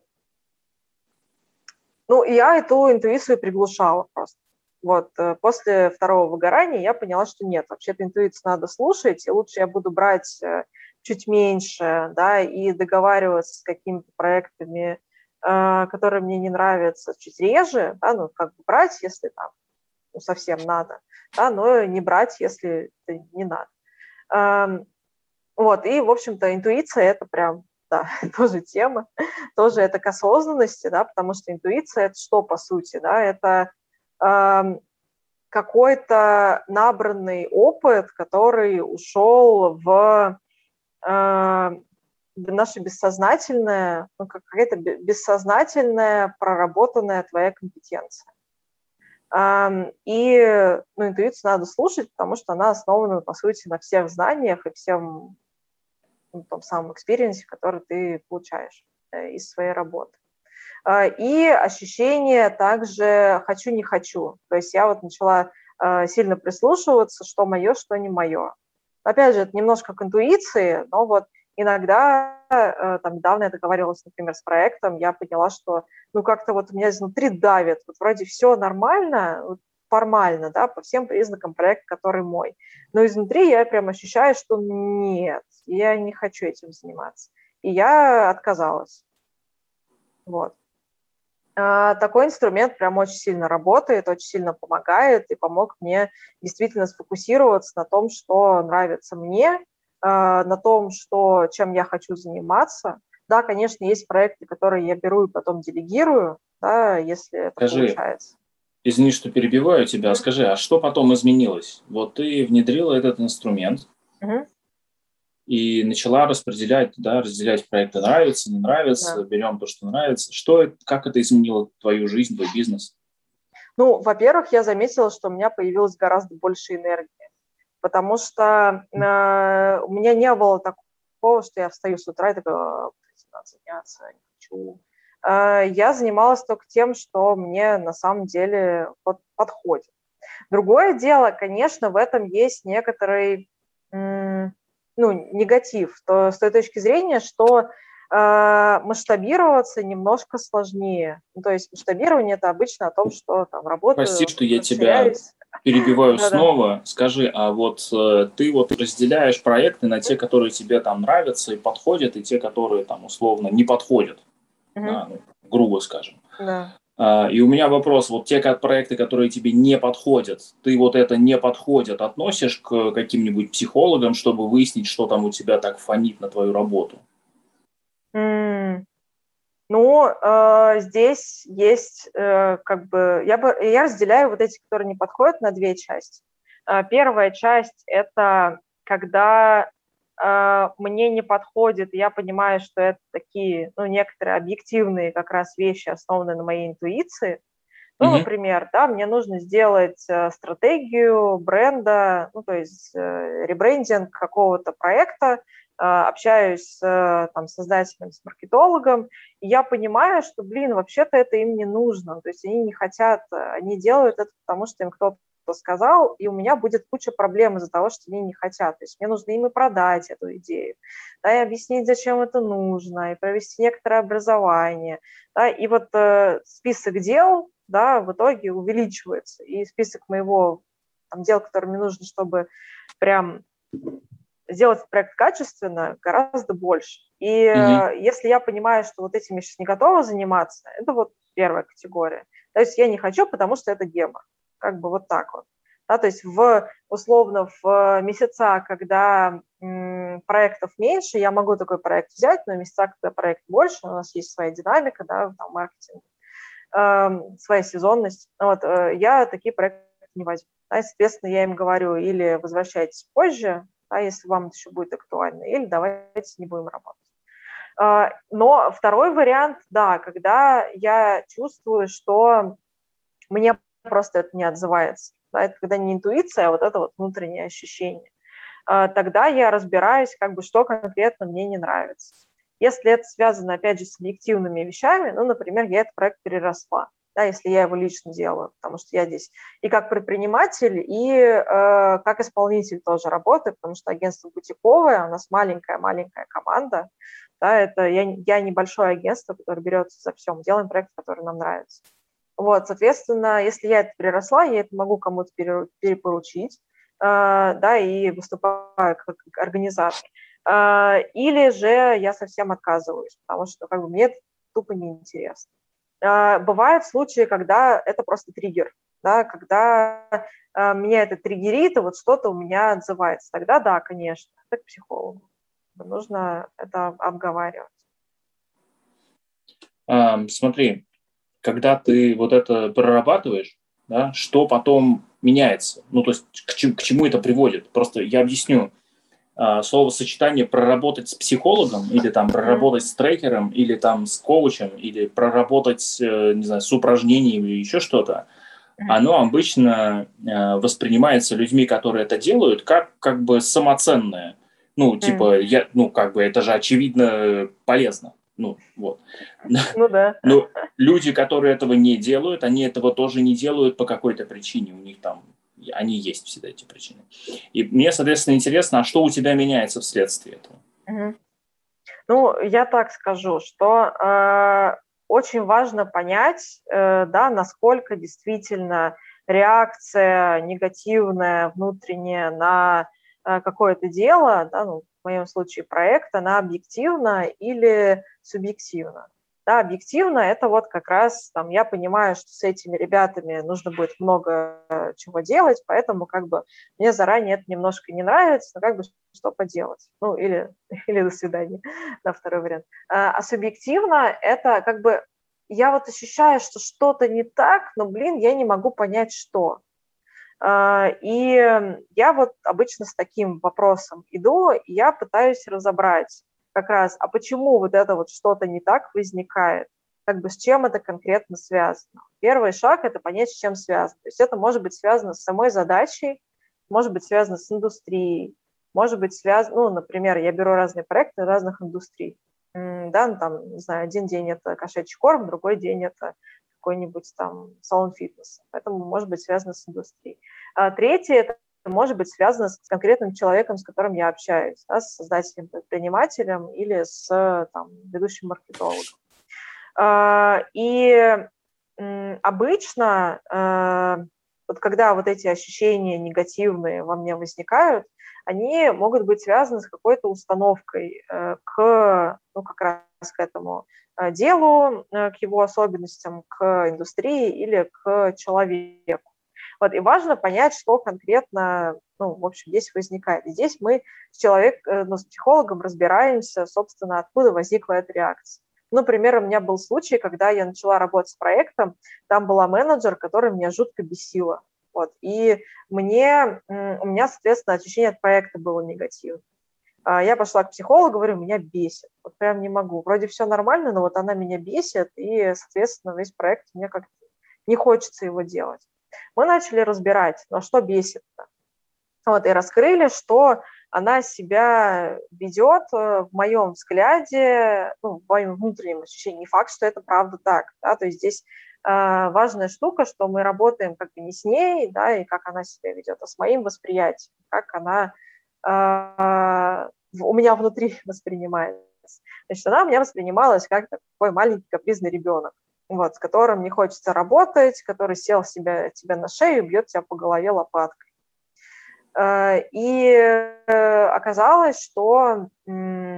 я эту интуицию приглушала просто. Вот, после второго выгорания я поняла, что нет, вообще-то интуицию надо слушать, и лучше я буду брать чуть меньше, да, и договариваться с какими-то проектами, которые мне не нравятся, чуть реже, да, ну, как бы брать, если там ну, совсем надо, да, но не брать, если не надо. Вот, и, в общем-то, интуиция – это прям, да, тоже тема, тоже это к осознанности, да, потому что интуиция – это что, по сути, да, это какой-то набранный опыт, который ушел в э, наше бессознательное, ну, какая-то бессознательная проработанная твоя компетенция. Э, и ну, интуицию надо слушать, потому что она основана, по сути, на всех знаниях и всем ну, том самом экспириенсе, который ты получаешь э, из своей работы. И ощущение также «хочу-не хочу». То есть я вот начала сильно прислушиваться, что мое, что не мое. Опять же, это немножко к интуиции, но вот иногда, там, недавно я договаривалась, например, с проектом, я поняла, что ну как-то вот меня изнутри давит, вот вроде все нормально, формально, да, по всем признакам проект, который мой. Но изнутри я прям ощущаю, что нет, я не хочу этим заниматься. И я отказалась. Вот. Такой инструмент прям очень сильно работает, очень сильно помогает и помог мне действительно сфокусироваться на том, что нравится мне, на том, что, чем я хочу заниматься. Да, конечно, есть проекты, которые я беру и потом делегирую, да, если это Скажи, получается. Извини, что перебиваю тебя. Скажи, а что потом изменилось? Вот ты внедрила этот инструмент, Угу. и начала распределять, да, разделять проекты нравится, не нравится, да. Берем то, что нравится. Что, как это изменило твою жизнь, твой бизнес? Ну, во-первых, я заметила, что у меня появилось гораздо больше энергии, потому что э, у меня не было такого, что я встаю с утра и такая, надо заняться, не хочу. Э, я занималась только тем, что мне на самом деле вот, подходит. Другое дело, конечно, в этом есть некоторый... М- ну, негатив, то, с той точки зрения, что э, масштабироваться немножко сложнее. Ну, то есть масштабирование – это обычно о том, что там работаю, Прости, что я расширяюсь. тебя перебиваю снова. Скажи, а вот э, ты вот разделяешь проекты на те, которые тебе там нравятся и подходят, и те, которые там условно не подходят, да, ну, грубо скажем. Да. И у меня вопрос, вот те проекты, которые тебе не подходят, ты вот это не подходит относишь к каким-нибудь психологам, чтобы выяснить, что там у тебя так фонит на твою работу? Mm. Ну, э, здесь есть э, как бы... Я, бы... я разделяю вот эти, которые не подходят, на две части. Э, первая часть – это когда э, мне не подходит, я понимаю, что это такие, ну, некоторые объективные как раз вещи, основанные на моей интуиции. Ну, mm-hmm. например, да, мне нужно сделать э, стратегию бренда, ну, то есть э, ребрендинг какого-то проекта, э, общаюсь с э, там, создателем, с маркетологом, и я понимаю, что, блин, вообще-то это им не нужно, то есть они не хотят, они делают это потому, что им кто-то сказал, и у меня будет куча проблем из-за того, что они не хотят. То есть мне нужно им и продать эту идею, да, и объяснить, зачем это нужно, и провести некоторое образование. Да, и вот э, список дел, да, в итоге увеличивается. И список моего там, дел, которые мне нужно, чтобы прям сделать проект качественно, гораздо больше. И mm-hmm. э, если я понимаю, что вот этим я сейчас не готова заниматься, это вот первая категория. То есть я не хочу, потому что это гемор. Как бы вот так вот. Да, то есть в, условно в месяца, когда м, проектов меньше, я могу такой проект взять, но в месяца, когда проект больше, у нас есть своя динамика, да, там, маркетинг, э, своя сезонность. Вот, э, я такие проекты не возьму. Да, соответственно, я им говорю, или возвращайтесь позже, да, если вам это еще будет актуально, или давайте не будем работать. Э, но второй вариант, да, когда я чувствую, что мне просто это не отзывается. Да, это когда не интуиция, а вот это вот внутреннее ощущение. Тогда я разбираюсь, как бы, что конкретно мне не нравится. Если это связано, опять же, с объективными вещами, ну, например, я этот проект переросла, да, если я его лично делаю, потому что я здесь и как предприниматель, и э, как исполнитель тоже работаю, потому что агентство бутиковое, у нас маленькая-маленькая команда, да, это я, я небольшое агентство, которое берется за все, мы делаем проект, который нам нравится. Вот, соответственно, если я это переросла, я это могу кому-то перепоручить, э, да, и выступаю как организатор. Э, или же я совсем отказываюсь, потому что как бы мне это тупо неинтересно. Э, бывают случаи, когда это просто триггер, да, когда э, меня это триггерит, и вот что-то у меня отзывается. Тогда да, конечно, это к психологу. Нужно это обговаривать. А, смотри, когда ты вот это прорабатываешь, да, что потом меняется? Ну, то есть к чему, к чему это приводит? Просто я объясню. А, словосочетание «проработать с психологом» или там «проработать с трекером», или там с коучем, или «проработать, не знаю, с упражнениями» или еще что-то, оно обычно воспринимается людьми, которые это делают, как, как бы самоценное. Ну, типа, я, ну, как бы это же очевидно полезно. Ну, вот. Ну да. Но люди, которые этого не делают, они этого тоже не делают по какой-то причине. У них там, они есть всегда эти причины. И мне, соответственно, интересно, а что у тебя меняется вследствие этого? Угу. Ну, я так скажу, что э, очень важно понять, э, да, насколько действительно реакция негативная, внутренняя на э, какое-то дело, да, ну, в моем случае проект, она объективна или субъективна. Да, объективно это вот как раз там я понимаю, что с этими ребятами нужно будет много чего делать, поэтому как бы мне заранее это немножко не нравится, но как бы что поделать. Ну или, или до свидания, да, второй вариант. А, а субъективно это как бы я вот ощущаю, что что-то не так, но, блин, я не могу понять, что. А, и я вот обычно с таким вопросом иду, и я пытаюсь разобрать как раз, а почему вот это вот что-то не так возникает, как бы с чем это конкретно связано. Первый шаг – это понять, с чем связано. То есть это может быть связано с самой задачей, может быть связано с индустрией, может быть связано, ну, например, я беру разные проекты разных индустрий. Да, ну, там, не знаю, один день это кошачий корм, другой день это какой-нибудь там салон фитнеса. Поэтому может быть связано с индустрией. А третье – это может быть связано с конкретным человеком, с которым я общаюсь, да, с создателем, предпринимателем или с там, ведущим маркетологом. И обычно, вот когда вот эти ощущения негативные во мне возникают, они могут быть связаны с какой-то установкой к, ну, как раз к этому делу, к его особенностям, к индустрии или к человеку. Вот, и важно понять, что конкретно, ну, в общем, здесь возникает. И здесь мы с человеком, ну, с психологом разбираемся, собственно, откуда возникла эта реакция. Например, у меня был случай, когда я начала работать с проектом, там была менеджер, которая меня жутко бесила. Вот, и мне, у меня, соответственно, ощущение от проекта было негативное. Я пошла к психологу, говорю, меня бесит. Вот прям не могу. Вроде все нормально, но вот она меня бесит, и, соответственно, весь проект мне как-то не хочется его делать. Мы начали разбирать, ну, что бесит-то. Вот, и раскрыли, что она себя ведет в моем взгляде, ну, в моем внутреннем ощущении. Не факт, что это правда так. Да? То есть здесь э, важная штука, что мы работаем как бы не с ней, да, и как она себя ведет, а с моим восприятием, как она э, у меня внутри воспринимается. Значит, она у меня воспринималась как такой маленький капризный ребенок, вот, с которым не хочется работать, который сел себя, тебя на шею и бьет тебя по голове лопаткой. И оказалось, что, ну,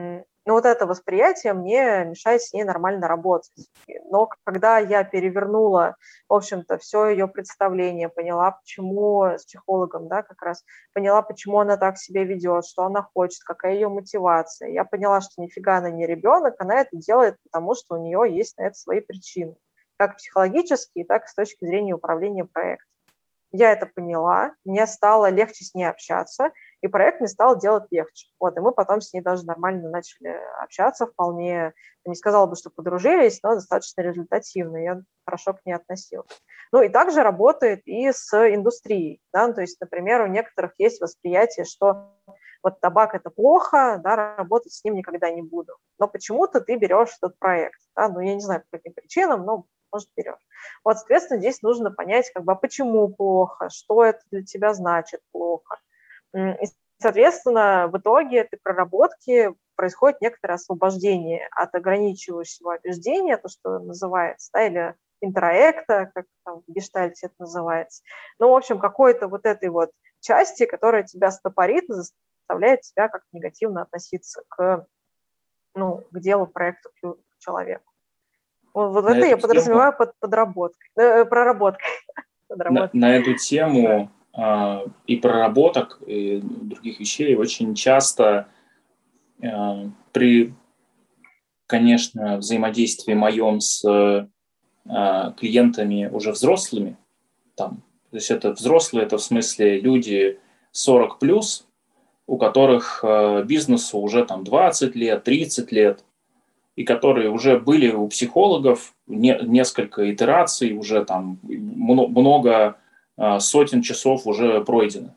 Но вот это восприятие мне мешает с ней нормально работать. Но когда я перевернула, в общем-то, все ее представление, поняла, почему с психологом, да, как раз, поняла, почему она так себя ведет, что она хочет, какая ее мотивация. Я поняла, что нифига она не ребенок, она это делает, потому что у нее есть на это свои причины, как психологические, так и с точки зрения управления проектом. Я это поняла, мне стало легче с ней общаться, и проект мне стал делать легче. Вот, и мы потом с ней даже нормально начали общаться, вполне, я не сказала бы, что подружились, но достаточно результативно, я хорошо к ней относилась. Ну и также работает и с индустрией, да, ну, то есть, например, у некоторых есть восприятие, что вот табак – это плохо, да, работать с ним никогда не буду, но почему-то ты берешь этот проект, да, ну я не знаю, по каким причинам, но может, берешь. Вот, соответственно, здесь нужно понять, как бы, а почему плохо, что это для тебя значит плохо. И, соответственно, в итоге этой проработки происходит некоторое освобождение от ограничивающего убеждения, то, что называется, да, или интроекта, как там в гештальте это называется. Ну, в общем, какой-то вот этой вот части, которая тебя стопорит и заставляет тебя как-то негативно относиться к, ну, к делу, проекту, к человеку. Вот это я подразумеваю под подработкой, э, проработкой. На, на эту тему э, и проработок, и других вещей очень часто э, при, конечно, взаимодействии моем с э, клиентами уже взрослыми, там, то есть это взрослые, это в смысле люди сорок плюс, у которых э, бизнесу уже там двадцать лет, тридцать лет, и которые уже были у психологов, не, несколько итераций, уже там много э, сотен часов уже пройдено.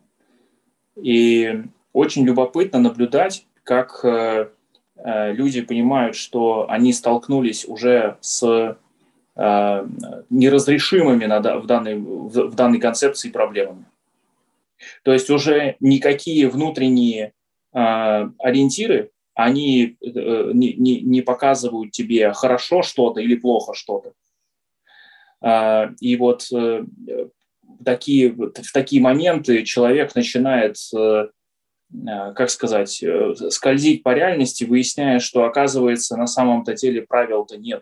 И очень любопытно наблюдать, как э, э, люди понимают, что они столкнулись уже с э, неразрешимыми на, в, данной, в, в данной концепции проблемами. То есть уже никакие внутренние э, ориентиры, они э, не, не, не показывают тебе хорошо что-то или плохо что-то. Э, и вот э, такие, в такие моменты человек начинает, э, как сказать, э, скользить по реальности, выясняя, что, оказывается, на самом-то деле правил-то нет.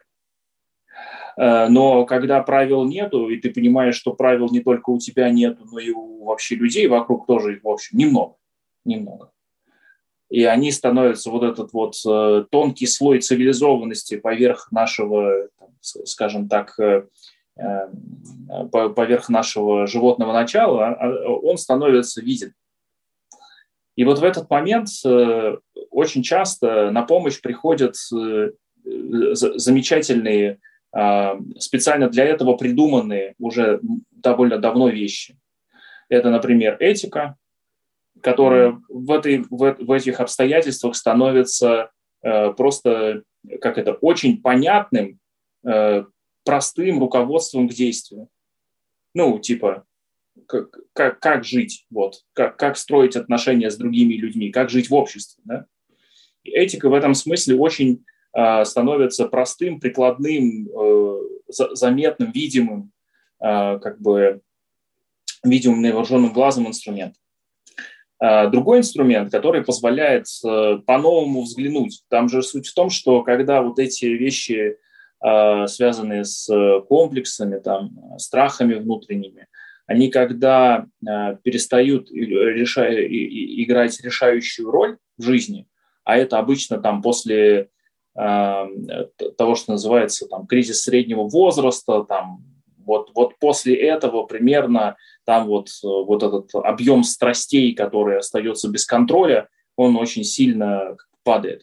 Но когда правил нету, и ты понимаешь, что правил не только у тебя нету, но и у вообще людей вокруг тоже их, в общем, немного, немного. И они становятся вот этот вот э, тонкий слой цивилизованности поверх нашего, там, скажем так, э, э, поверх нашего животного начала, он становится виден. И вот в этот момент э, очень часто на помощь приходят э, замечательные, специально для этого придуманные уже довольно давно вещи. Это, например, этика, которая в, этой, в, в этих обстоятельствах становится э, просто, как это, очень понятным, э, простым руководством к действию. Ну, типа, как, как, как жить, вот, как, как строить отношения с другими людьми, как жить в обществе. Да? И этика в этом смысле очень становится простым, прикладным, заметным, видимым, как бы видимым невооруженным глазом инструментом. Другой инструмент, который позволяет по-новому взглянуть. Там же суть в том, что когда вот эти вещи, связанные с комплексами, там, страхами внутренними, они когда перестают реша... играть решающую роль в жизни, а это обычно там после э, того, что называется там, кризис среднего возраста, там, вот, вот после этого примерно там вот, вот этот объем страстей, который остается без контроля, он очень сильно падает.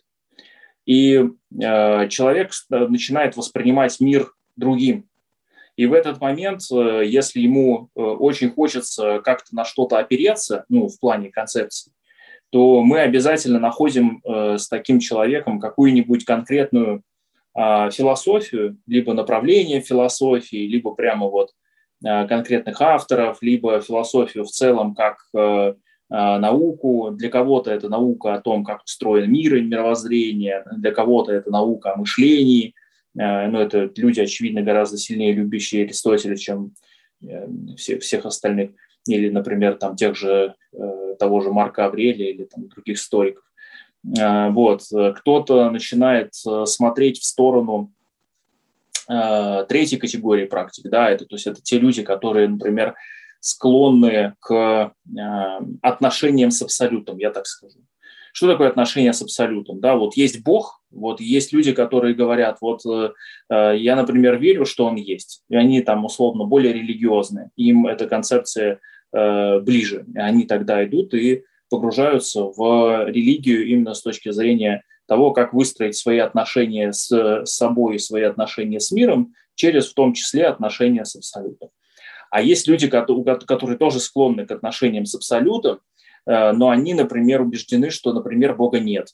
И э, человек начинает воспринимать мир другим. И в этот момент, если ему очень хочется как-то на что-то опереться, ну, в плане концепции, то мы обязательно находим э, с таким человеком какую-нибудь конкретную э, философию, либо направление философии, либо прямо вот э, конкретных авторов, либо философию в целом как э, э, науку. Для кого-то это наука о том, как устроен мир и мировоззрение, для кого-то это наука о мышлении. Э, но это люди, очевидно, гораздо сильнее любящие Аристотеля, чем э, все, всех остальных. Или, например, там, тех же, э, того же Марка Аврелия или там, других стоиков. Вот. Кто-то начинает смотреть в сторону третьей категории практик. Да, это, то есть это те люди, которые, например, склонны к отношениям с абсолютом, я так скажу. Что такое отношения с абсолютом? Да, вот есть Бог, вот есть люди, которые говорят, вот э, я, например, верю, что Он есть, и они там условно более религиозные, им эта концепция э, ближе, и они тогда идут и погружаются в религию именно с точки зрения того, как выстроить свои отношения с собой, свои отношения с миром, через в том числе отношения с абсолютом. А есть люди, которые тоже склонны к отношениям с абсолютом, но они, например, убеждены, что, например, Бога нет.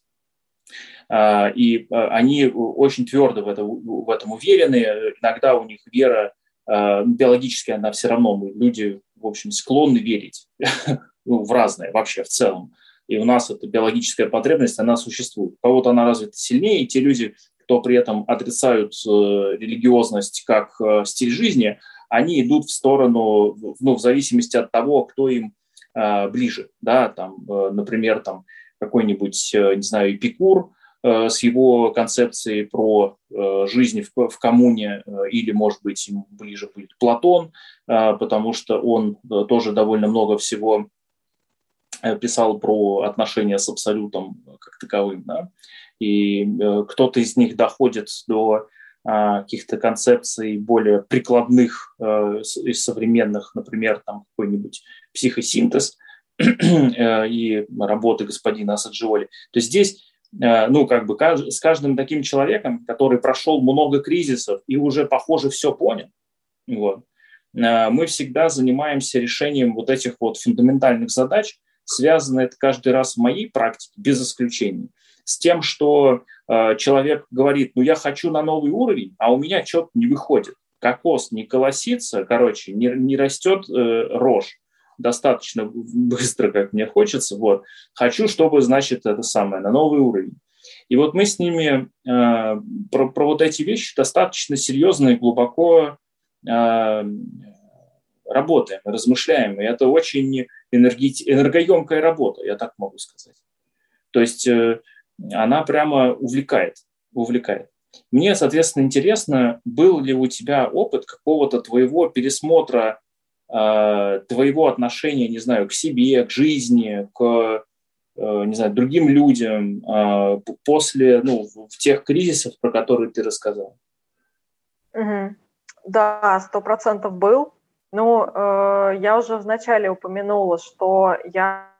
И они очень твердо в, это, в этом уверены. Иногда у них вера биологически, она все равно, люди, в общем, склонны верить в разное вообще в целом. И у нас эта биологическая потребность, она существует. У кого-то она развита сильнее, и те люди, кто при этом отрицают религиозность как стиль жизни, они идут в сторону, ну, в зависимости от того, кто им ближе, да, там, например, там какой-нибудь, не знаю, Эпикур с его концепцией про жизнь в коммуне, или, может быть, ему ближе будет Платон, потому что он тоже довольно много всего писал про отношения с абсолютом как таковым, да, и кто-то из них доходит до каких-то концепций более прикладных из современных, например, там какой-нибудь психосинтез и работы господина Асаджиоли. То есть здесь, ну, как бы с каждым таким человеком, который прошел много кризисов и уже, похоже, все понял, вот, мы всегда занимаемся решением вот этих вот фундаментальных задач, связано это каждый раз в моей практике, без исключения, с тем, что э, человек говорит, ну, я хочу на новый уровень, а у меня что-то не выходит. Кокос не колосится, короче, не, не растет э, рожь достаточно быстро, как мне хочется. Вот. Хочу, чтобы, значит, это самое, на новый уровень. И вот мы с ними э, про, про вот эти вещи достаточно серьезно и глубоко э, работаем, размышляем. И это очень энергeti- энергоемкая работа, я так могу сказать. То есть э, она прямо увлекает, увлекает. Мне, соответственно, интересно, был ли у тебя опыт какого-то твоего пересмотра, э, твоего отношения, не знаю, к себе, к жизни, к, э, не знаю, другим людям э, после, ну, в тех кризисах, про которые ты рассказал? Угу. Да, сто процентов был. Ну, э, я уже вначале упомянула, что я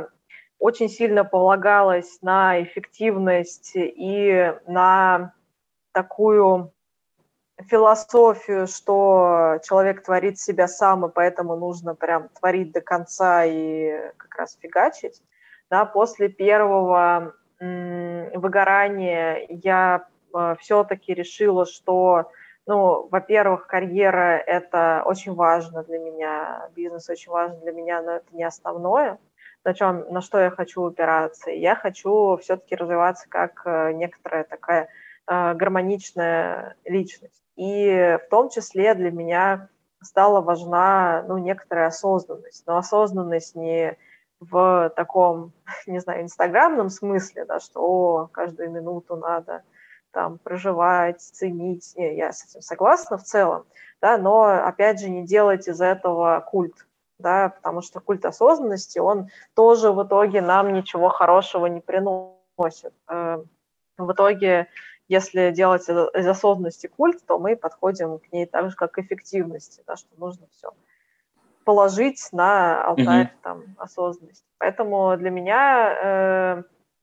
очень сильно полагалась на эффективность и на такую философию, что человек творит себя сам, и поэтому нужно прям творить до конца и как раз фигачить. Да, после первого м, выгорания я э, все-таки решила, что, ну, во-первых, карьера – это очень важно для меня, бизнес очень важен для меня, но это не основное. На, чем, на что я хочу упираться. Я хочу все-таки развиваться как некоторая такая э, гармоничная личность. И в том числе для меня стала важна, ну, некоторая осознанность. Но осознанность не в таком, не знаю, инстаграмном смысле, да, что о, каждую минуту надо там проживать, ценить. Не, я с этим согласна в целом, да, но, опять же, не делать из этого культ. Да, потому что культ осознанности, он тоже в итоге нам ничего хорошего не приносит. В итоге, если делать из осознанности культ, то мы подходим к ней так же, как к эффективности, да, что нужно все положить на алтарь mm-hmm. там, осознанности. Поэтому для меня, э,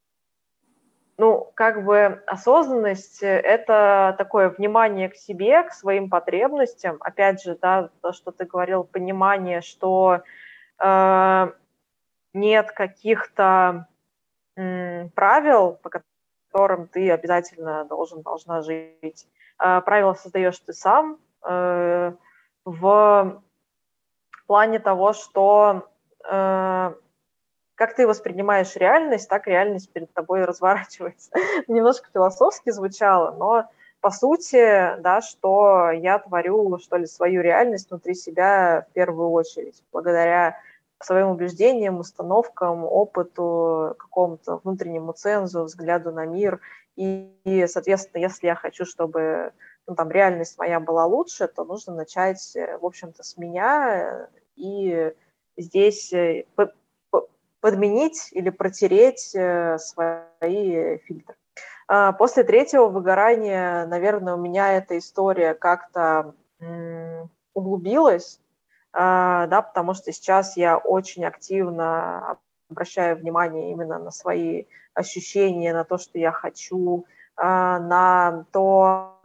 ну, как бы осознанность – это такое внимание к себе, к своим потребностям. Опять же, да, то, что ты говорил, понимание, что э, нет каких-то м, правил, по которым ты обязательно должен, должна жить. Э, правила создаешь ты сам э, в плане того, что э, как ты воспринимаешь реальность, так реальность перед тобой и разворачивается. Немножко философски звучало, но по сути, да, что я творю, что ли, свою реальность внутри себя в первую очередь, благодаря своим убеждениям, установкам, опыту, какому-то внутреннему цензу, взгляду на мир. И, и соответственно, если я хочу, чтобы ну, там, реальность моя была лучше, то нужно начать, в общем-то, с меня и здесь подменить или протереть свои фильтры. После третьего выгорания, наверное, у меня эта история как-то углубилась, да, потому что сейчас я очень активно обращаю внимание именно на свои ощущения, на то, что я хочу, на то,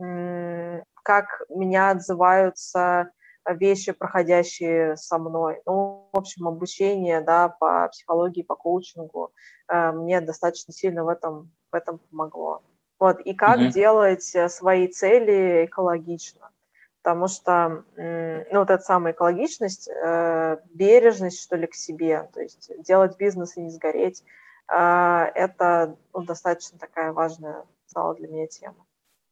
как меня отзываются вещи, проходящие со мной. Ну, в общем, обучение, да, по психологии, по коучингу мне достаточно сильно в этом, в этом помогло. Вот, и как mm-hmm. делать свои цели экологично. Потому что, ну, вот эта самая экологичность, бережность, что ли, к себе, то есть делать бизнес и не сгореть, это ну, достаточно такая важная стала для меня тема.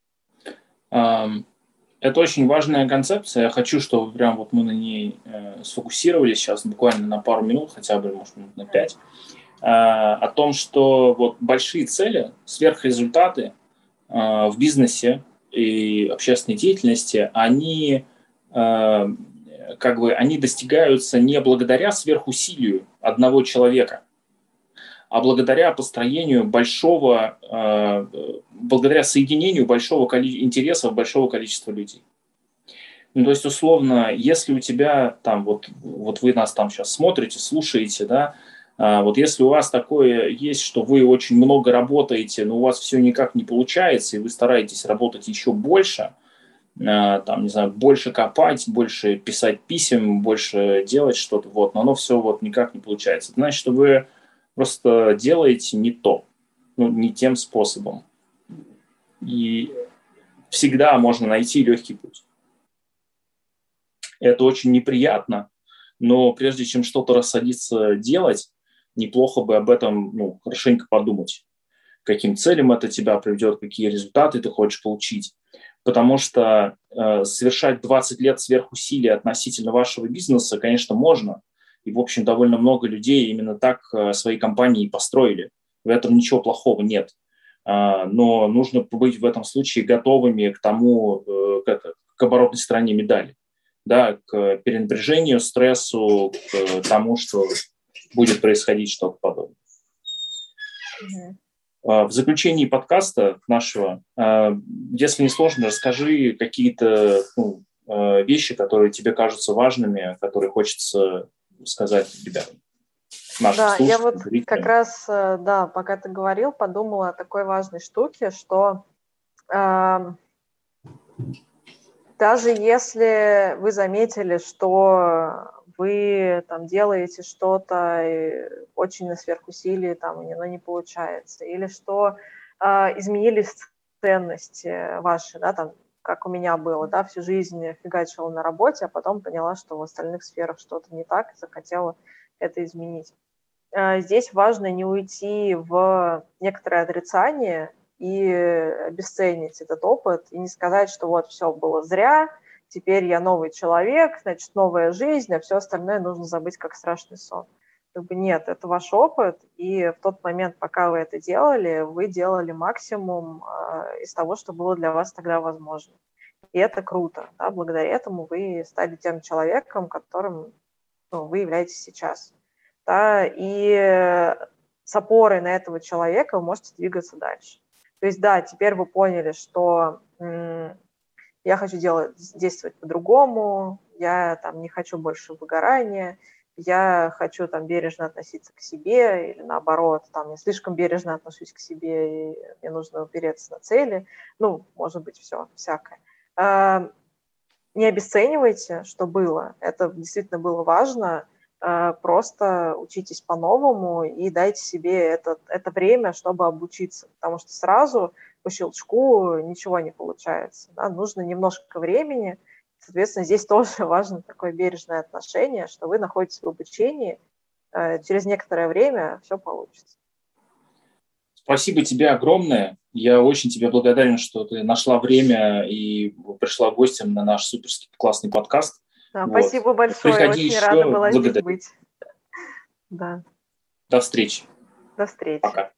Um... Это очень важная концепция. Я хочу, чтобы прям вот мы на ней э, сфокусировались сейчас буквально на пару минут, хотя бы, может, минут на пять, э, о том, что вот большие цели, сверхрезультаты э, в бизнесе и общественной деятельности, они э, как бы они достигаются не благодаря сверхусилию одного человека, а благодаря построению большого, э, благодаря соединению большого количества интересов большого количества людей. Ну, то есть, условно, если у тебя там, вот, вот вы нас там сейчас смотрите, слушаете, да, э, вот если у вас такое есть, что вы очень много работаете, но у вас все никак не получается, и вы стараетесь работать еще больше, э, там, не знаю, больше копать, больше писать писем, больше делать что-то, вот, но оно все вот никак не получается. Это значит, что вы просто делаете не то, ну, не тем способом. И всегда можно найти легкий путь. Это очень неприятно, но прежде чем что-то рассадиться делать, неплохо бы об этом ну, хорошенько подумать. К каким целям это тебя приведет, какие результаты ты хочешь получить. Потому что э, совершать двадцать лет сверхусилий относительно вашего бизнеса, конечно, можно. И, в общем, довольно много людей именно так свои компании построили. В этом ничего плохого нет. Но нужно быть в этом случае готовыми к тому, к, к оборотной стороне медали. Да, к перенапряжению, стрессу, к тому, что будет происходить что-то подобное. Mm-hmm. В заключении подкаста нашего, если не сложно, расскажи какие-то ну, вещи, которые тебе кажутся важными, которые хочется сказать ребятам. Да, я вот как раз, да, пока ты говорил, подумала о такой важной штуке, что э, даже если вы заметили, что вы там делаете что-то и очень на сверхусилии, там, оно не получается, или что э, изменились ценности ваши, да, там, как у меня было, да, всю жизнь фигачила на работе, а потом поняла, что в остальных сферах что-то не так, и захотела это изменить. Здесь важно не уйти в некоторое отрицание и обесценить этот опыт, и не сказать, что вот все было зря, теперь я новый человек, значит, новая жизнь, а все остальное нужно забыть как страшный сон. Как бы нет, это ваш опыт, и в тот момент, пока вы это делали, вы делали максимум э, из того, что было для вас тогда возможно. И это круто. Да? Благодаря этому вы стали тем человеком, которым ну, вы являетесь сейчас. Да? И с опорой на этого человека вы можете двигаться дальше. То есть, да, теперь вы поняли, что м- я хочу делать, действовать по-другому, я там не хочу больше выгорания, я хочу там бережно относиться к себе, или наоборот, там я слишком бережно отношусь к себе, и мне нужно опереться на цели. Ну, может быть, все, всякое. А, не обесценивайте, что было. Это действительно было важно. А, просто учитесь по-новому и дайте себе это, это время, чтобы обучиться. Потому что сразу по щелчку ничего не получается. Да? Нужно немножко времени. Соответственно, здесь тоже важно такое бережное отношение, что вы находитесь в обучении, через некоторое время все получится. Спасибо тебе огромное. Я очень тебе благодарен, что ты нашла время и пришла гостем на наш суперский классный подкаст. Да, вот. Спасибо большое, Приходи очень еще. рада была Благодарю. здесь быть. Да. До встречи. До встречи. Пока.